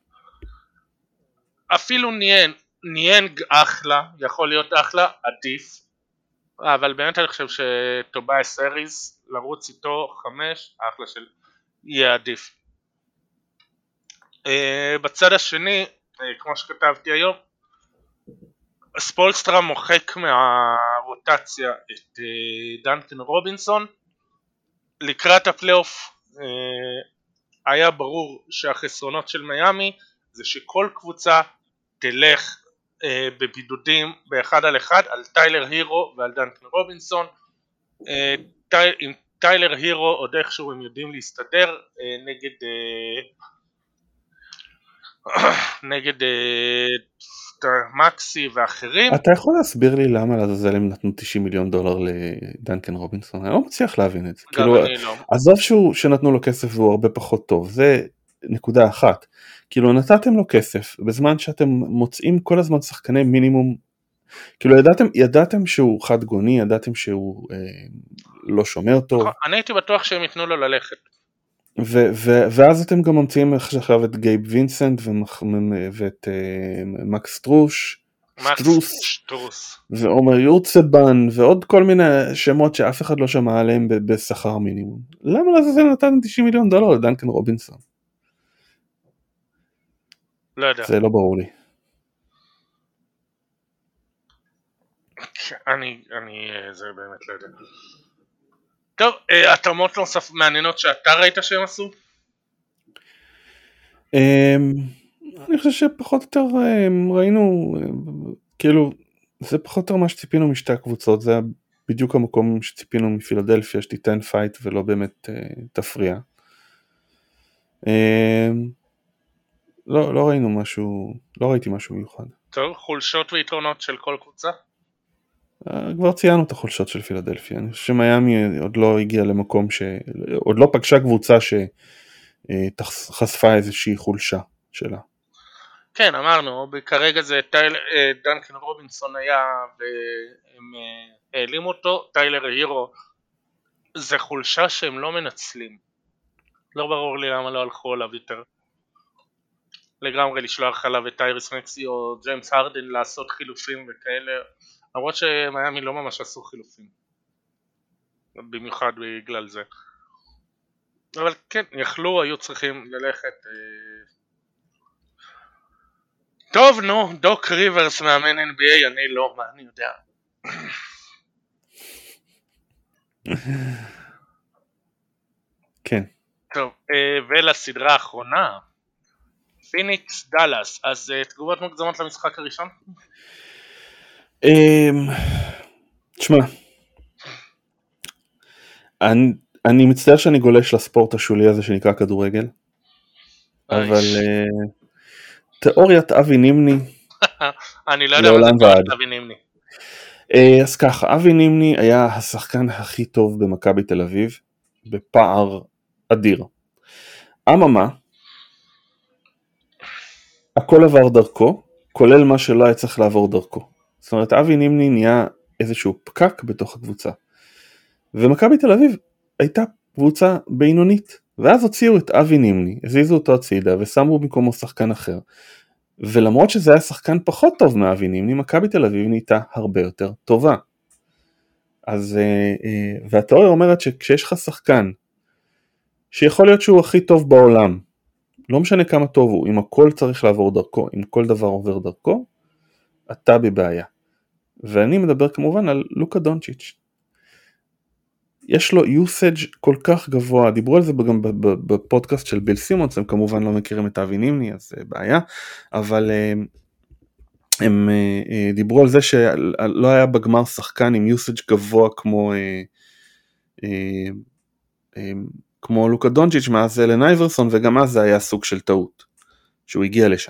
אפילו ניאנג אחלה, יכול להיות אחלה, עדיף, אבל באמת אני חושב שטובייס האריס, לרוץ איתו 5, אחלה של יהיה עדיף. בצד השני, כמו שכתבתי היום, ספולסטרה מוחק מהרוטציה את דנקן רובינסון. לקראת הפלייאוף היה ברור שהחסרונות של מיאמי זה שכל קבוצה תלך בבידודים באחד על אחד על טיילר הירו ועל דנקן רובינסון. עם טיילר הירו עוד איכשהו הם יודעים להסתדר נגד מקסי ואחרים. אתה יכול להסביר לי למה לעזאזל הם נתנו $90 מיליון לדנקן רובינסון? אני לא מצליח להבין את זה. כאילו, עזוב שנתנו לו כסף והוא הרבה פחות טוב, זה נקודה אחת. כאילו נתתם לו כסף בזמן שאתם מוצאים כל הזמן שחקני מינימום, כאילו ידעתם שהוא חד גוני, ידעתם שהוא לא שומר טוב. אני הייתי בטוח שהם ייתנו לו ללכת. ואז אתם גם ממציאים עכשיו את גייב וינסנט ואת מקס סטרוס ועומר יורצבן ועוד כל מיני שמות שאף אחד לא שמע עליהם בשכר מינימום. למה לזה נתן $90 מיליון לדנקן רובינסון? לא יודע. זה לא ברור לי. זה באמת לא יודע. טוב, התאמות נוסף מעניינות שאתה ראית שהם עשו? אני חושב שפחות או יותר ראינו, כאילו, זה פחות או יותר מה שציפינו משתי הקבוצות, זה בדיוק המקום שציפינו מפילדלפיה, שתיתן פייט ולא באמת תפריע. לא ראינו משהו, לא ראיתי משהו מיוחד. טוב, חולשות ויתרונות של כל קבוצה? כבר ציינו את החולשות של פילדלפיה, אני חושב שמיימי עוד לא הגיע למקום עוד לא פגשה קבוצה שחשפה איזושהי חולשה שלה. כן, אמרנו, כרגע זה דנקן רובינסון היה והם העלימו אותו, טיילר הירו זה חולשה שהם לא מנצלים, לא ברור לי למה לא הלכו עליו יותר, לגמרי לשלוח עליו את טייריס מקסי או ג'יימס הרדן לעשות חילופים וכאלה, למרות שמיימי לא ממש עשו חילופים, במיוחד בגלל זה, אבל כן, יכלו, היו צריכים ללכת. טוב, נו, דוק ריברס מאמן NBA, אני לא, מה אני יודע. כן. טוב, ולסדרה האחרונה, פיניקס דאלאס, אז תגובות מוקדמות למשחק הראשון? תשמע, אני מצטער שאני גולש לספורט השולי הזה שנקרא כדורגל, אבל תיאוריית אבי נימני אני לא יודע מה זה תיאוריית אבי נימני. אז ככה, אבי נימני היה השחקן הכי טוב במכבי תל אביב, בפער אדיר. אממה, הכל עבר דרכו, כולל מה שלא היה צריך לעבור דרכו. זאת אומרת, אבי נימני נהיה איזשהו פקק בתוך הקבוצה. ומכבי תל אביב הייתה קבוצה בינונית, ואז הוציאו את אבי נימני, הזיזו אותו הצידה ושמו במקומו שחקן אחר. ולמרות שזה היה שחקן פחות טוב מאבי נימני, מכבי תל אביב נהייתה הרבה יותר טובה. אז, והתיאוריה אומרת שכשיש לך שחקן, שיכול להיות שהוא הכי טוב בעולם, לא משנה כמה טוב הוא, אם הכל צריך לעבור דרכו, אם כל דבר עובר דרכו, אתה בבעיה. ואני מדבר כמובן על לוקה דונצ'יץ'. יש לו usage כל כך גבוה, דיברו על זה גם בפודקאסט של ביל סימונס, הם כמובן לא מכירים את אבי נימני, אז זה בעיה, אבל הם דיברו על זה שלא היה בגמר שחקן עם usage גבוה כמו לוקה דונצ'יץ' מאז אלן אייברסון, וגם אז זה היה סוג של טעות, שהוא הגיע לשם.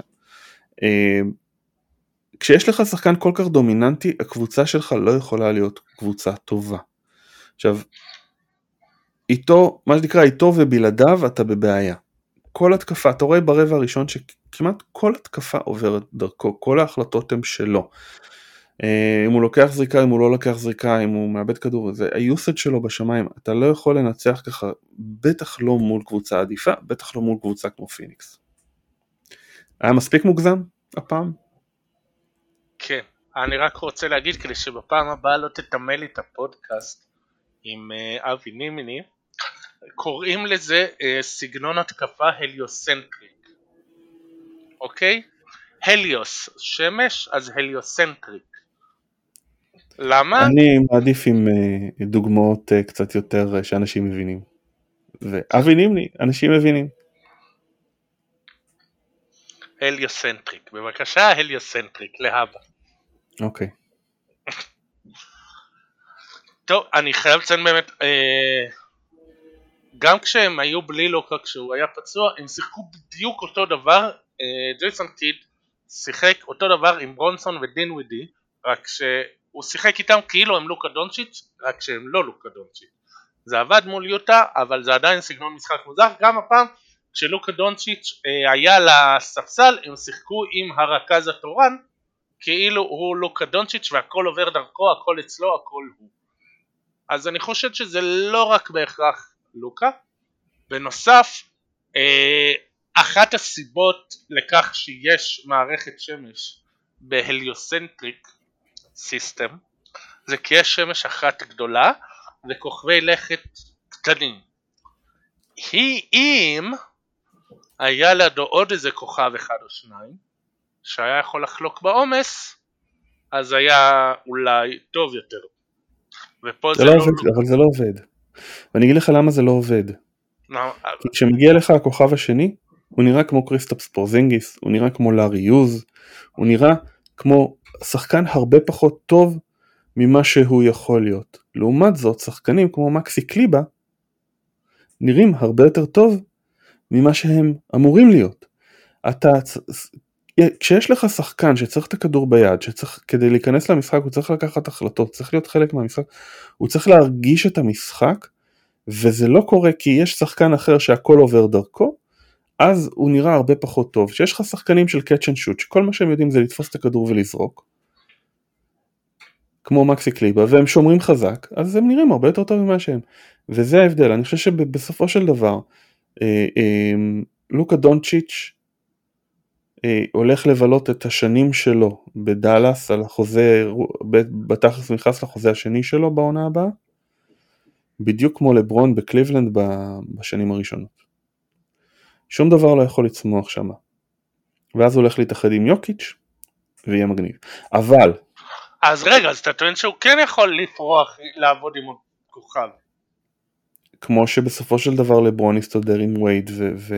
כשיש לך שחקן כל כך דומיננטי, הקבוצה שלך לא יכולה להיות קבוצה טובה. עכשיו, איתו, מה שנקרא, איתו ובלעדיו אתה בבעיה. כל התקפה, אתה רואה ברבע הראשון שכמעט כל התקפה עוברת דרכו, כל ההחלטות הן שלו. אם הוא לוקח זריקה, אם הוא לא לוקח זריקה, אם הוא מאבד כדור, זה היוסד שלו בשמיים, אתה לא יכול לנצח ככה, בטח לא מול קבוצה עדיפה, בטח לא מול קבוצה כמו פיניקס. היה מספיק מוגזם הפעם? כן, אני רק רוצה להגיד כדי שבפעם הבאה לא תתמל לי את הפודקאסט עם אבי נימיני, קוראים לזה סגנון התקפה הליוסנטריק, אוקיי? הליוס שמש, אז הליוסנטריק. למה? אני מעדיף עם דוגמאות קצת יותר שאנשים מבינים. ואבי נימני, אנשים מבינים. הליוסנטריק, בבקשה הליוסנטריק, להבא. אוקיי. טוב, אני חייב לציין באמת, גם כשהם היו בלי לוקה, כשהוא היה פצוע, הם שיחקו בדיוק אותו דבר. ג'ייסון קיד שיחק אותו דבר עם ברונסון ודין ווידי, רק שהוא שיחק איתם כאילו הם לוקה דונצ'יץ', רק שהם לא לוקה דונצ'יץ'. זה עבד מול יוטה, אבל זה עדיין סגנון משחק מוזר. גם הפעם כשלוקה דונצ'יץ' היה לספסל, הם שיחקו עם הרכז התורן, כאילו הוא לוקה דונצ'יץ' והכל עובר דרכו, הכל אצלו, הכל הוא. אז אני חושב שזה לא רק בהכרח לוקה. בנוסף, אחת הסיבות לכך שיש מערכת שמש בהליוסנטריק סיסטם זה כי יש שמש אחת גדולה וכוכבי לכת קטנים. אם היה לידו עוד איזה כוכב אחד או שניים שהיה יכול לחלוק בעומס, אז היה אולי טוב יותר. ופה זה לא עובד, אבל זה לא עובד. ואני אגיד לך למה זה לא עובד. כי כשמגיע לך הכוכב השני, הוא נראה כמו קריסטופס פורזינגיס, הוא נראה כמו לארי יוז, הוא נראה כמו שחקן הרבה פחות טוב ממה שהוא יכול להיות. לעומת זאת, שחקנים כמו מקסי קליבה, נראים הרבה יותר טוב ממה שהם אמורים להיות. כשיש לך שחקן שצריך את הכדור ביד, שצריך, כדי להיכנס למשחק, הוא צריך לקחת החלטות, צריך להיות חלק מהמשחק, הוא צריך להרגיש את המשחק, וזה לא קורה כי יש שחקן אחר שהכל עובר דרכו, אז הוא נראה הרבה פחות טוב. שיש לך שחקנים של catch and shoot, שכל מה שהם יודעים זה לתפוס את הכדור ולזרוק, כמו מקסי קליבה, והם שומרים חזק, אז הם נראים הרבה יותר טוב ממה שהם. וזה ההבדל. אני חושב שבסופו של דבר, לוקה דונצ'יץ' הולך לבלות את השנים שלו בדלס, על החוזה, בתכלס נכנס לחוזה השני שלו בעונה הבאה, בדיוק כמו לברון בקליבלנד בשנים הראשונות. שום דבר לא יכול לצמוח שם. ואז הוא הולך להתאחד עם יוקיץ' ויהיה מגניב. אבל... אז רגע, אז אתה טוען שהוא כן יכול לפרוח לעבוד עם כוכב. כמו שבסופו של דבר לברון יסתדר עם וייד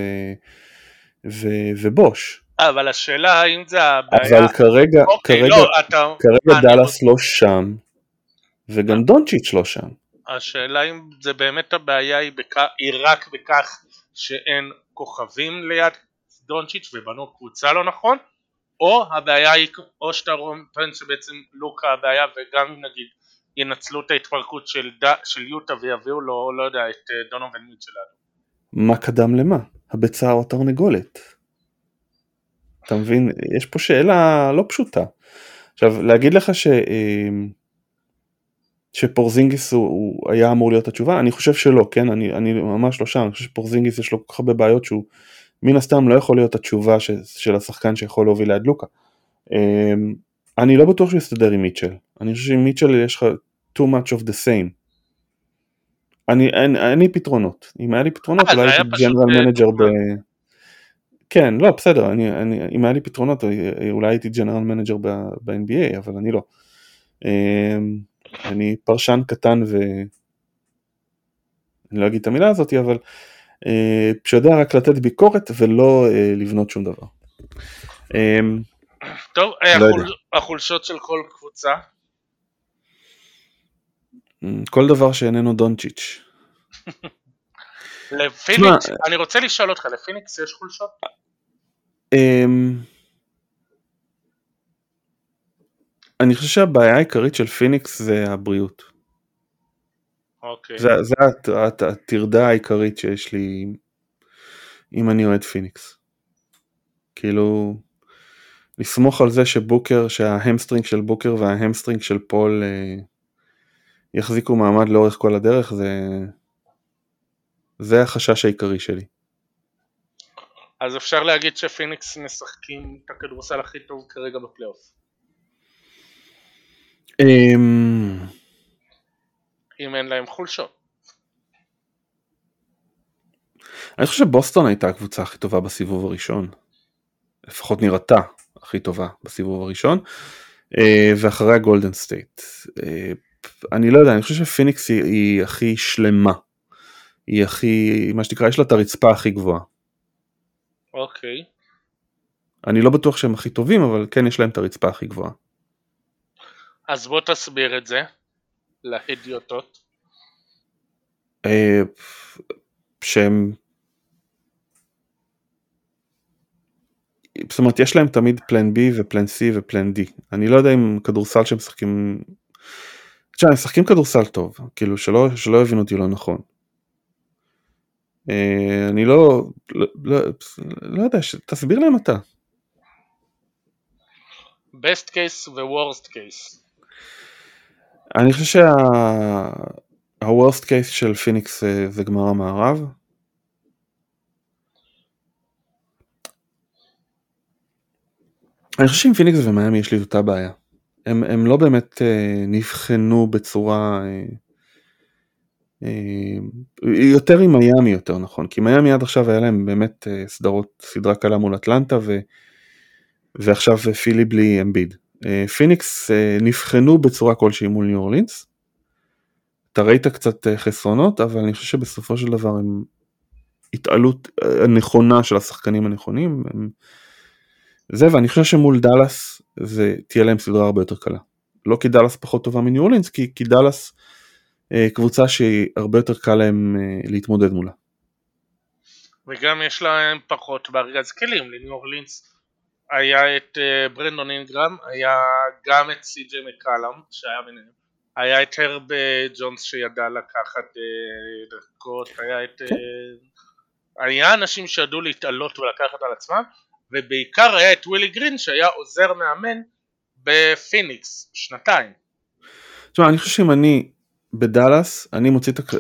ובוש. אבל השאלה האם זה הבעיה... אבל כרגע דלס לא שם, וגם דונצ'יץ' לא שם. השאלה אם זה באמת הבעיה היא רק בכך שאין כוכבים ליד דונצ'יץ' ובנו קבוצה לא נכון, או הבעיה היא, או שאתה טוען שבעצם לוקה הבעיה, וגם אם נגיד ינצלו את ההתפרקות של יוטה ויביאו לו, לא יודע, את דונובל מיטשל. מה קדם למה? הביצה או התרנגולת? אתה מבין? יש פה שאלה לא פשוטה. עכשיו, להגיד לך שפורזינגיס הוא היה אמור להיות התשובה, אני חושב שלא, כן? אני ממש לא שם, אני חושב שפורזינגיס יש לו כל כך הרבה בעיות שהוא מן הסתם לא יכול להיות התשובה של השחקן שיכול להוביל ליד לוקה. אני לא בטוח שהוא יסתדר עם מיטשל. אני חושב שעם מיטשל יש לך too much of the same. אין לי פתרונות. אם היה לי פתרונות, אולי הייתי ג'נרל מנג'ר כן, לא, בסדר. אם היה לי פתרונות, אולי הייתי ג'נרל מנג'ר ב-NBA, אבל אני לא. אני פרשן קטן אני לא אגיד את המילה הזאת, אבל שיודע רק לתת ביקורת ולא לבנות שום דבר. טוב, החולשות של כל קבוצה? כל דבר שאיננו דונצ'יץ'. לפיניקס, אני רוצה לשאול אותך, לפיניקס יש חולשות? אני חושב שהבעיה העיקרית של פיניקס זה הבריאות. אוקיי. זה התרדה העיקרית שיש לי אם אני אוהד פיניקס. כאילו, לסמוך על זה שבוקר, שההמסטרינג של בוקר וההמסטרינג של פול יחזיקו מעמד לאורך כל הדרך, זה החשש העיקרי שלי. אז אפשר להגיד שפיניקס משחקים את הכדורסל הכי טוב כרגע בפלייאוף. אם אין להם חולשות. אני חושב שבוסטון הייתה הקבוצה הכי טובה בסיבוב הראשון. לפחות נראתה הכי טובה בסיבוב הראשון. ואחריה גולדן סטייט. אני לא יודע, אני חושב שפיניקס היא הכי שלמה. היא הכי, מה שתקרא, יש לה את הרצפה הכי גבוהה. אוקיי. אני לא בטוח שהם הכי טובים, אבל כן יש להם את הרצפה הכי גבוהה. אז בוא תסביר את זה להדיוטות. שהם, זאת אומרת, יש להם תמיד פלן B ופלן C ופלן D. אני לא יודע אם כדורסל שהם משחקים, הם משחקים כדורסל טוב, כאילו שלא הבינו אותי לא נכון. אני לא יודע, תסביר להם אתה. best case ו-worst case. אני חושב שה-worst case של פיניקס זה גמר המערב. אני חושב שעם פיניקס ומיימי יש לי אותה בעיה. הם לא באמת נבחנו בצורה יותר עם מיימי יותר נכון, כי מיימי עד עכשיו היה להם באמת סדרה קלה מול אטלנטה ועכשיו פילי בלי אמביד. פיניקס נבחנו בצורה כלשהי מול ניו אורלינס, אתה ראית קצת חסרונות, אבל אני חושב שבסופו של דבר הם התעלות הנכונה של השחקנים הנכונים, ואני חושב שמול דלס זה תהיה להם סדרה הרבה יותר קלה. לא כי דלס פחות טובה מניו אורלינס, כי דלס קבוצה שהיא הרבה יותר קל להם להתמודד מולה. וגם יש להם פחות בארגז כלים. לניו אורלינס היה את ברנדון אינגרם, היה גם את סי.ג'יי מקלאם שהיה ביניהם, היה את הרב ג'ונס שידע לקחת דקות, היה אנשים שידעו להתעלות ולקחת על עצמם, ובעיקר היה את ווילי גרין שהיה עוזר מאמן בפיניקס שנתיים. תשמע, אני חושב שאם אני בדלס, אני מוציא את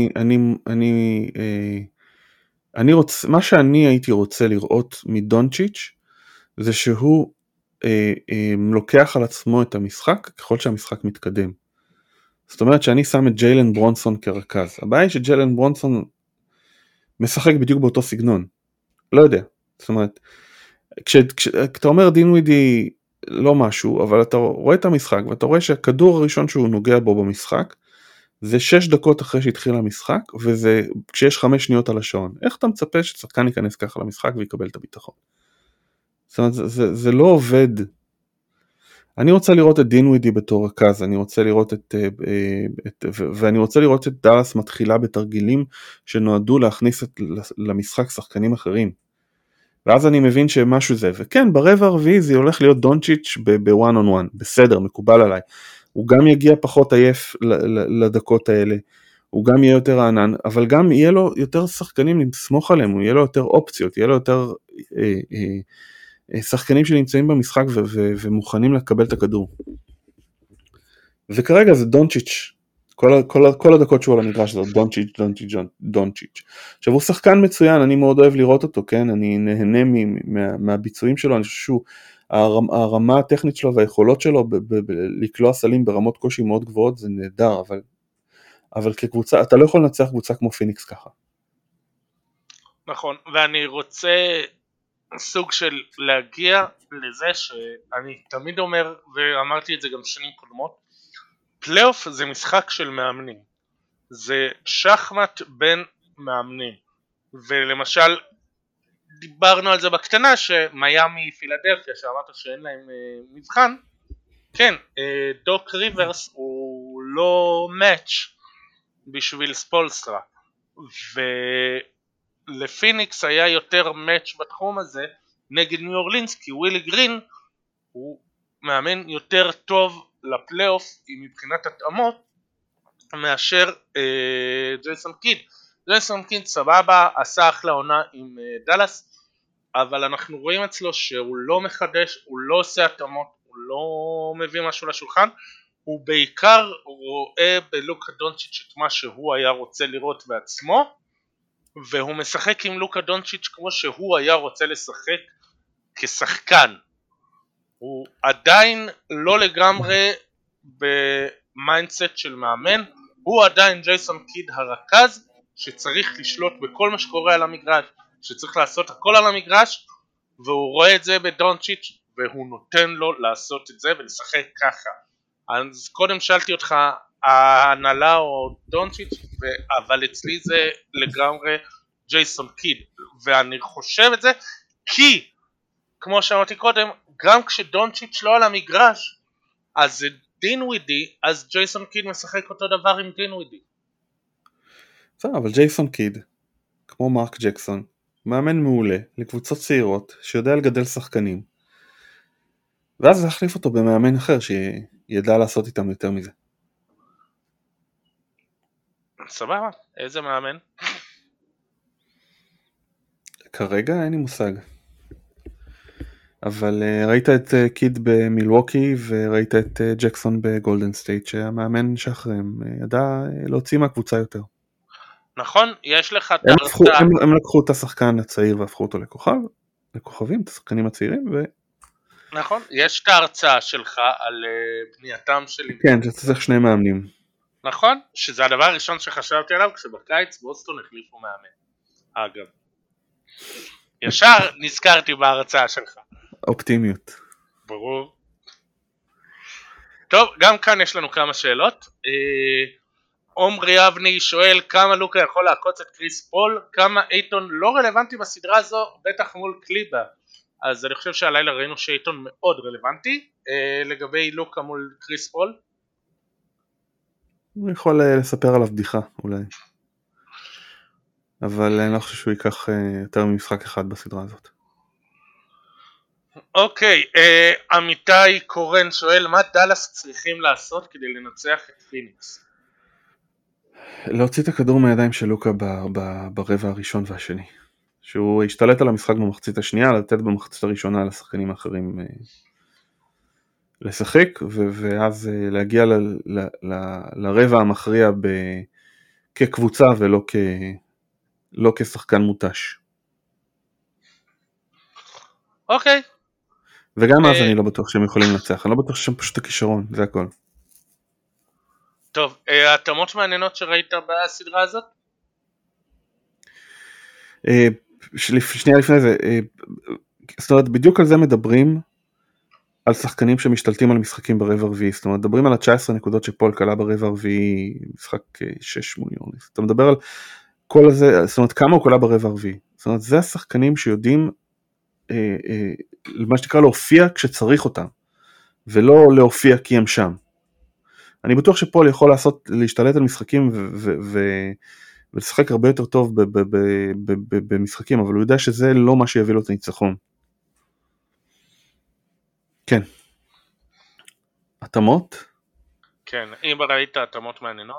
אני רוצה, מה שאני הייתי רוצה לראות מדונצ'יץ' זה שהוא לוקח על עצמו את המשחק ככל שהמשחק מתקדם. זאת אומרת שאני שם את ג'יילן ברונסון כרכז. הבעיה היא שג'יילן ברונסון משחק בדיוק באותו סגנון. לא יודע. זאת אומרת, כשאתה אומר דינווידי לא משהו, אבל אתה רואה את המשחק ואתה רואה שהכדור הראשון שהוא נוגע בו במשחק זה 6 דקות אחרי שהתחיל המשחק, וזה כשיש 5 שניות על השעון. איך אתה מצפה ששחקן ייכנס ככה למשחק ויקבל את הביטחון? זאת אומרת, זה לא עובד. אני רוצה לראות את דינווידי בתור רכז, אני רוצה לראות ואני רוצה לראות את דלס מתחילה בתרגילים שנועדו להכניס למשחק שחקנים אחרים. ואז אני מבין שמשהו זה, וכן, ברבע הרביעי זה הולך להיות דונצ'יץ' בוואן און וואן, בסדר, מקובל עליי. הוא גם יגיע פחות עייף לדקות האלה, הוא גם יהיה יותר ענן, אבל גם יהיה לו יותר שחקנים לסמוך עליהם, הוא יהיה לו יותר אופציות, יהיה לו יותר שחקנים שנמצאים במשחק ומוכנים לקבל את הכדור. וכרגע זה דונצ'יץ', כל הדקות שהוא על המגרש זה דונצ'יץ'. עכשיו הוא שחקן מצוין, אני מאוד אוהב לראות אותו, כן, אני נהנה מהביצועים שלו, אני חושב שהוא, הרמה הטכנית שלו והיכולות שלו לקלוע סלים ברמות קושי מאוד גבוהות זה נהדר, אבל כקבוצה, אתה לא יכול לנצח קבוצה כמו פיניקס ככה. נכון, ואני רוצה סוג של להגיע לזה שאני תמיד אומר, ואמרתי את זה גם שנים קודמות, פלייאוף זה משחק של מאמנים, זה שחמט בין מאמנים, ולמשל דיברנו על זה בקטנה שמיימי פילדלפיה שאמרת שאין להם מבחן, כן, דוק ריברס הוא לא מאץ' בשביל ספולסטרה, ולפיניקס היה יותר מאץ' בתחום הזה נגד ניו אורלינס, כי ווילי גרין הוא מאמן יותר טוב לפלייאוף מבחינת התאמות מאשר ג'ייסון קיד. ג'ייסון קיד סבבה, עשה אחלה עונה עם דלס, אבל אנחנו רואים אצלו שהוא לא מחדש, הוא לא עושה התאמות, הוא לא מביא משהו לשולחן, הוא בעיקר רואה בלוקה דונצ'יץ' את מה שהוא היה רוצה לראות בעצמו, והוא משחק עם לוקה דונצ'יץ' כמו שהוא היה רוצה לשחק כשחקן. הוא עדיין לא לגמרי במיינדסט של מאמן, הוא עדיין ג'ייסון קיד הרכז שצריך לשלוט בכל מה שקורה על המגרש, שצריך לעשות הכל על המגרש, והוא רואה את זה בדונצ'יץ' והוא נותן לו לעשות את זה ולשחק ככה. אז קודם שאלתי אותך ההנהלה או דונצ'יץ', אבל אצלי זה לגמרי ג'ייסון קיד, ואני חושב את זה כי כמו שאמרתי קודם, גם כשדונצ'יץ' לא על המגרש אז זה דין ווידי, אז ג'ייסון קיד משחק אותו דבר עם דין ווידי. בסדר, אבל ג'ייסון קיד כמו מרק ג'קסון מאמן מעולה לקבוצות צעירות שיודע לגדל שחקנים, ואז להחליף אותו במאמן אחר שידע לעשות איתם יותר מזה. סבבה, איזה מאמן? כרגע אין לי מושג, אבל ראית את קיד במילווקי וראית את ג'קסון בגולדן סטייט, שהמאמן שאחריהם ידע להוציא מהקבוצה יותר. נכון, יש לך הם לקחו את השחקן הצעיר והפכו אותו לכוכבים, את השחקנים הצעירים, נכון, יש את ההרצאה שלך על בנייתם של... כן, שצריך שני מאמנים. נכון, שזה הדבר הראשון שחשבתי עליו כשבקיץ בוסטון החליפו מאמן. אגב, ישר נזכרתי בהרצאה שלך. אופטימיות. ברור. טוב, גם כאן יש לנו כמה שאלות. עומרי אבני שואל כמה לוקה יכול לעקוץ את קריס פול, כמה אייטון לא רלוונטי בסדרה הזו, בטח מול קליבה. אז אני חושב שהלילה ראינו שאייטון מאוד רלוונטי. לגבי לוקה מול קריס פול, הוא יכול לספר עליו בדיחה אולי, אבל אני לא חושב שהוא ייקח יותר ממשחק אחד בסדרה הזאת. אוקיי, עמיתי קורן שואל מה דלס צריכים לעשות כדי לנצח את פיניקס? להוציא את הכדור מהידיים של לוקה ברבע הראשון והשני, שהוא ישתלט על המשחק במחצית השנייה, לתת במחצית הראשונה לשחקנים האחרים לשחק, ואז להגיע לרבע המכריע כקבוצה ולא כשחקן מוטש. אוקיי. וגם אז אני לא בטוח שהם יכולים לנצח, אני לא בטוח שהם פשוט הכישרון, זה הכל. טוב, התאמות מעניינות שראית בסדרה הזאת? שנייה לפני זה, זאת אומרת, בדיוק על זה מדברים, על שחקנים שמשתלטים על משחקים ברבע הרביעי, זאת אומרת, מדברים על ה-19 נקודות שפול קלה ברבע הרביעי, משחק 6 מול יוניס, אתה מדבר על כל הזה, זאת אומרת, כמה הוא קלה ברבע הרביעי, זאת אומרת, זה השחקנים שיודעים, מה שנקרא להופיע כשצריך אותם, ולא להופיע כי הם שם. אני בטוח שפול יכול להשתלט על משחקים ולשחק הרבה יותר טוב במשחקים, אבל הוא יודע שזה לא מה שיביא לו את הניצחון. כן. התאמות? כן, אם ראית התאמות מעניינות?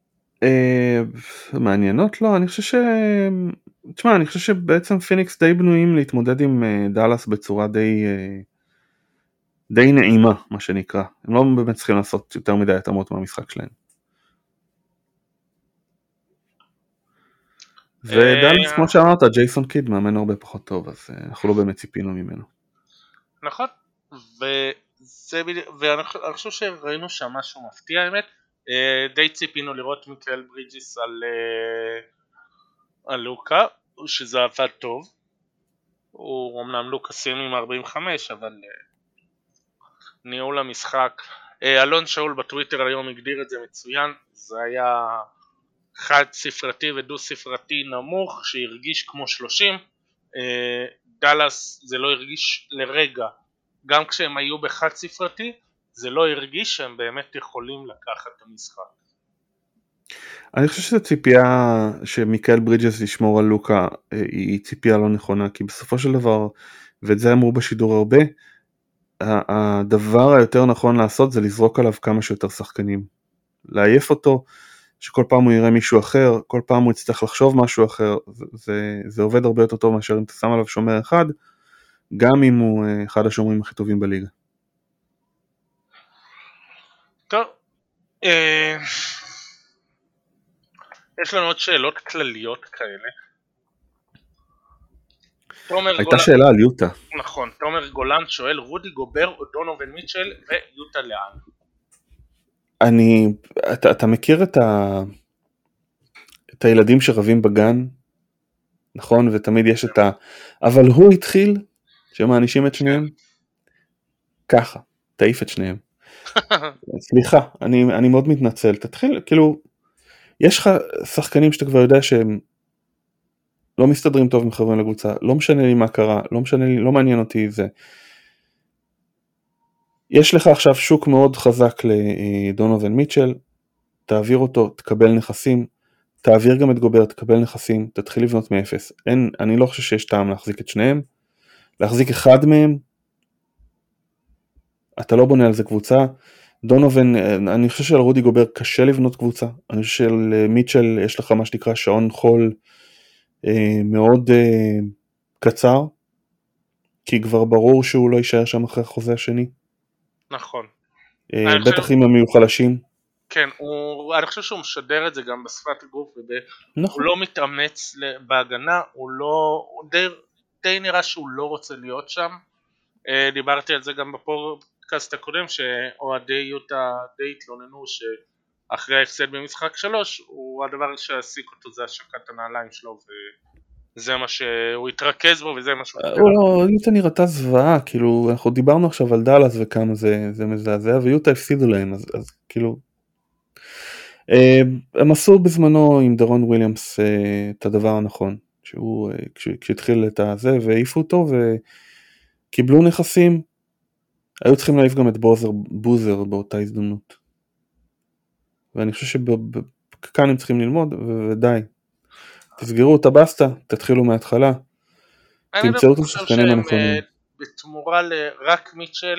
מעניינות? לא, אני חושב אני חושב שבעצם פיניקס די בנויים להתמודד עם דלס בצורה די נעימה, מה שנקרא. הם לא באמת צריכים לעשות יותר מדי התאמות מהמשחק שלהם. ודלס, כמו שאמרת, ג'ייסון קיד מאמן הרבה פחות טוב, אז אנחנו לא באמת ציפינו ממנו. נכון, ואני חושב שראינו שם משהו מפתיע, האמת. די ציפינו לראות מיקל ברידג'יס על לוקה, שזה עבד טוב. הוא אמנם לוקה סיים עם 45, אבל ניהול המשחק. אלון שאול בטוויטר היום הגדיר את זה מצוין, זה היה חד ספרתי ודו ספרתי נמוך שהרגיש כמו 30. דלס זה לא הרגיש לרגע, גם כשהם היו בחד ספרתי זה לא הרגיש שהם באמת יכולים לקחת את המשחק. אני חושב שזו ציפייה שמיקל ברידג'ס ישמור על לוקה, היא ציפייה לא נכונה, כי בסופו של דבר, ואת זה אמרו בשידור הרבה, הדבר היותר נכון לעשות זה לזרוק עליו כמה שיותר שחקנים, לעייף אותו, שכל פעם הוא יראה מישהו אחר, כל פעם הוא יצטרך לחשוב משהו אחר, זה עובד הרבה יותר טוב מאשר אם אתה שם עליו שומר אחד, גם אם הוא אחד השומרים הכי טובים בליגה. טוב, יש לנו עוד שאלות כלליות כאלה. הייתה שאלה על יוטה. נכון, תומר גולן שואל, רודי גובר או דונובין מיטשל ויוטה לאן? אתה מכיר את הילדים שרבים בגן, נכון? ותמיד יש אבל הוא התחיל, שמאנישים את שניהם, ככה, תעיף את שניהם. סליחה, אני מאוד מתנצל, תתחיל, כאילו, יש לך שחקנים שאתה כבר יודע שהם לא מסתדרים טוב עם חבר'ים לקבוצה, לא משנה לי מה קרה, לא משנה לי, לא מעניין אותי זה. יש לך עכשיו שוק מאוד חזק לדונובין מיטשל, תעביר אותו, תקבל נכסים, תעביר גם את גובר, תקבל נכסים, תתחיל לבנות מאפס. אני לא חושב שיש טעם להחזיק את שניהם, להחזיק אחד מהם, אתה לא בונה על זה קבוצה. דונובין, אני חושב שעל רודי גובר קשה לבנות קבוצה, אני חושב של מיטשל יש לך מה שנקרא שעון חול מאוד קצר, כי כבר ברור שהוא לא יישאר שם אחרי החוזה השני. נכון. בטח אם הם יהיו חלשים. כן, אני חושב שהוא משדר את זה גם בשפת הגוף, נכון. הוא לא מתאמץ בהגנה, הוא די נראה שהוא לא רוצה להיות שם. דיברתי על זה גם בפודקאסט הקודם, שאוהדי יוטה די התלוננו שאחרי ההפסד במשחק 3, הדבר שהעסיק אותו זה השקת הנעליים שלו, וזה מה שהוא התרכז בו, וזה מה שהוא... לא, יוטה נראתה זוועה, כאילו, אנחנו דיברנו עכשיו על דלס וכמה זה מזעזע, ויוטה הפסידו להם, אז כאילו... הם עשו בזמנו עם דרון וויליאמס את הדבר הנכון, שהוא כשהתחיל את הזה והעיפו אותו וקיבלו נכסים, היו צריכים להעיף גם את בוזר באותה הזדמנות, ואני חושב שכאן הם צריכים ללמוד, ודי, תסגרו את הבסטה, תתחילו מההתחלה, תמצאו את השחקנים הנכונים. בתמורה לרק מיטשל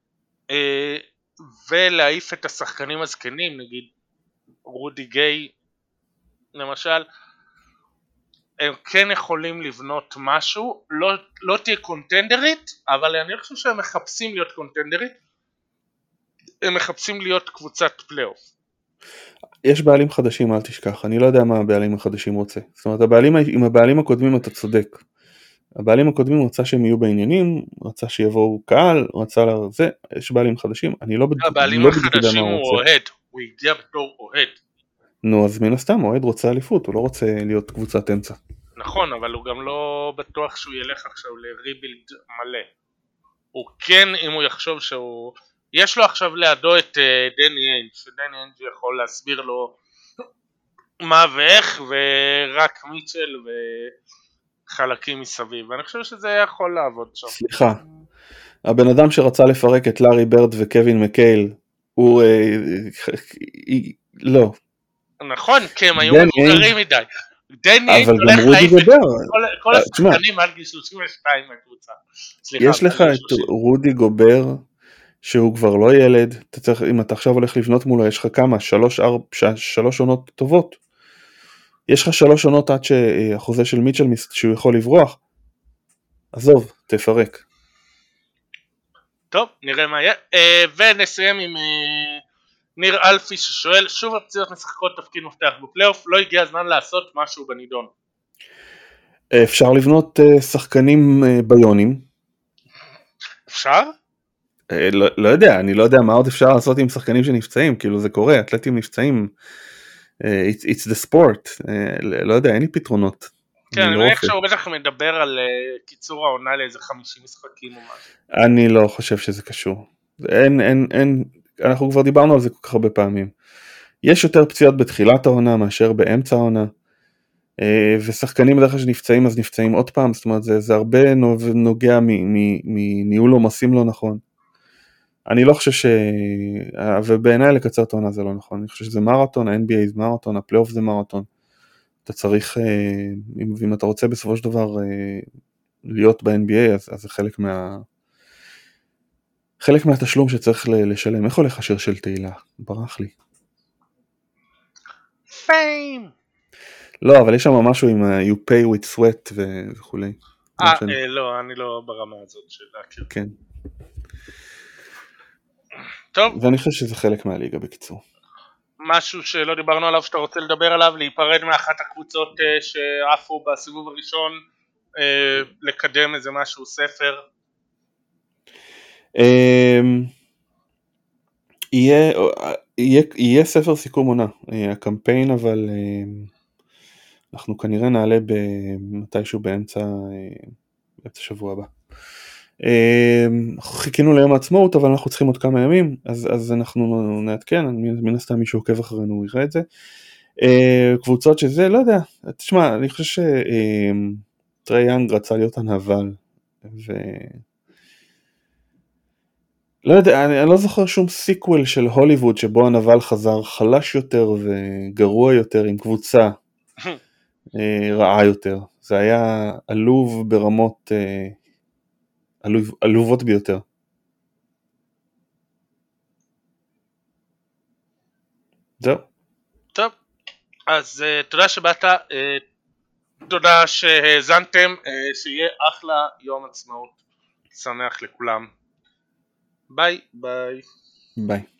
ולהעיף את השחקנים הזקנים, נגיד רודי גיי למשל, הם כן יכולים לבנות משהו, לא תהיה קונטנדרית, אבל אני חושב שהם מחפשים להיות קונטנדרית, הם מחפשים להיות קבוצת פלייאוף. יש בעלים חדשים, אל תשכח, אני לא יודע מה הבעלים החדשים רוצה, זאת אומרת, עם הבעלים הקודמים אתה צודק, הבעלים הקודמים רצה שהם יהיו בעניינים, רצה שיבואו קהל, רצה לזה, יש בעלים חדשים, אני לא בדיוק יודע מה הוא רוצה. הבעלים החדשים הוא אוהד, הוא הגיע בתור אוהד. נו, אז מן הסתם, אוהד רוצה אליפות, הוא לא רוצה להיות קבוצת אמצע. נכון, אבל הוא גם לא בטוח שהוא ילך עכשיו לריבילד מלא. הוא כן, אם הוא יחשוב שהוא... יש לו עכשיו לידו את דני איינג', שדני איינג' יכול להסביר לו מה ואיך, ורק מיטשל וחלקים מסביב, ואני חושב שזה יכול לעבוד שם. סליחה, הבן אדם שרצה לפרק את לארי ברד וקווין מקייל, הוא... לא. נכון, כי הם היו מבוגרים מדי. אבל גם רודי גובר. כל השחקנים עד גיל 32 מהקבוצה. יש לך את רודי גובר, שהוא כבר לא ילד, אם אתה עכשיו הולך לבנות מולו, יש לך כמה? 3 עונות טובות. יש לך 3 עונות עד שהחוזה של מיטשל שהוא יכול לברוח. עזוב, תפרק. טוב, נראה מה יהיה. ונסיים עם ניר אלפי ששואל, שוב הפציעות משחקות תפקיד מפתח בפלייאוף, לא הגיע הזמן לעשות משהו בנידון? אפשר לבנות שחקנים ביונים. אפשר? לא יודע, אני לא יודע מה עוד אפשר לעשות עם שחקנים שנפצעים, כאילו זה קורה, אתלטים נפצעים, it's the sport, לא יודע, אין לי פתרונות. כן, אני מניח שהוא בטח מדבר על קיצור העונה לאיזה 50 משחקים או משהו. אני לא חושב שזה קשור. אנחנו כבר דיברנו על זה כל כך הרבה פעמים. יש יותר פציעות בתחילת העונה מאשר באמצע העונה, ושחקנים בדרך כלל שנפצעים אז נפצעים עוד פעם, זאת אומרת זה הרבה נוגע מניהול עומסים לא נכון. אני לא חושב ובעיניי לקצר את העונה זה לא נכון, אני חושב שזה מרתון, ה-NBA זה מרתון, הפלייאוף זה מרתון. אתה צריך, אם אתה רוצה בסופו של דבר להיות ב-NBA, אז זה חלק מהתשלום שצריך לשלם. איך הולך השיר של תהילה? ברח לי. פיים. לא, אבל יש שם משהו עם you pay with sweat וכולי. לא, אני לא ברמה הזאת של להכיר. כן. טוב. ואני חושב שזה חלק מהליגה בקיצור. משהו שלא דיברנו עליו שאתה רוצה לדבר עליו, להיפרד מאחת הקבוצות שעפו בסיבוב הראשון, לקדם איזה משהו, ספר? יהיה ספר סיכום עונה, הקמפיין, אבל אנחנו כנראה נעלה מתישהו באמצע שבוע הבא. חיכינו ליום העצמאות, אבל אנחנו צריכים עוד כמה ימים, אז אנחנו נעדכן, מן הסתם מי שעוקב אחרינו יראה את זה. קבוצות שזה, לא יודע, תשמע, אני חושב טרי יאנג רצה להיות הנבל, לא יודע, אני לא זוכר שום סיקוול של הוליווד שבו הנבל חזר חלש יותר וגרוע יותר עם קבוצה רעה יותר. זה היה עלוב ברמות עלובות ביותר. זהו. טוב, אז תודה שבאת, תודה שהאזנתם, שיהיה אחלה יום עצמאות שמח לכולם. ביי ביי. ביי.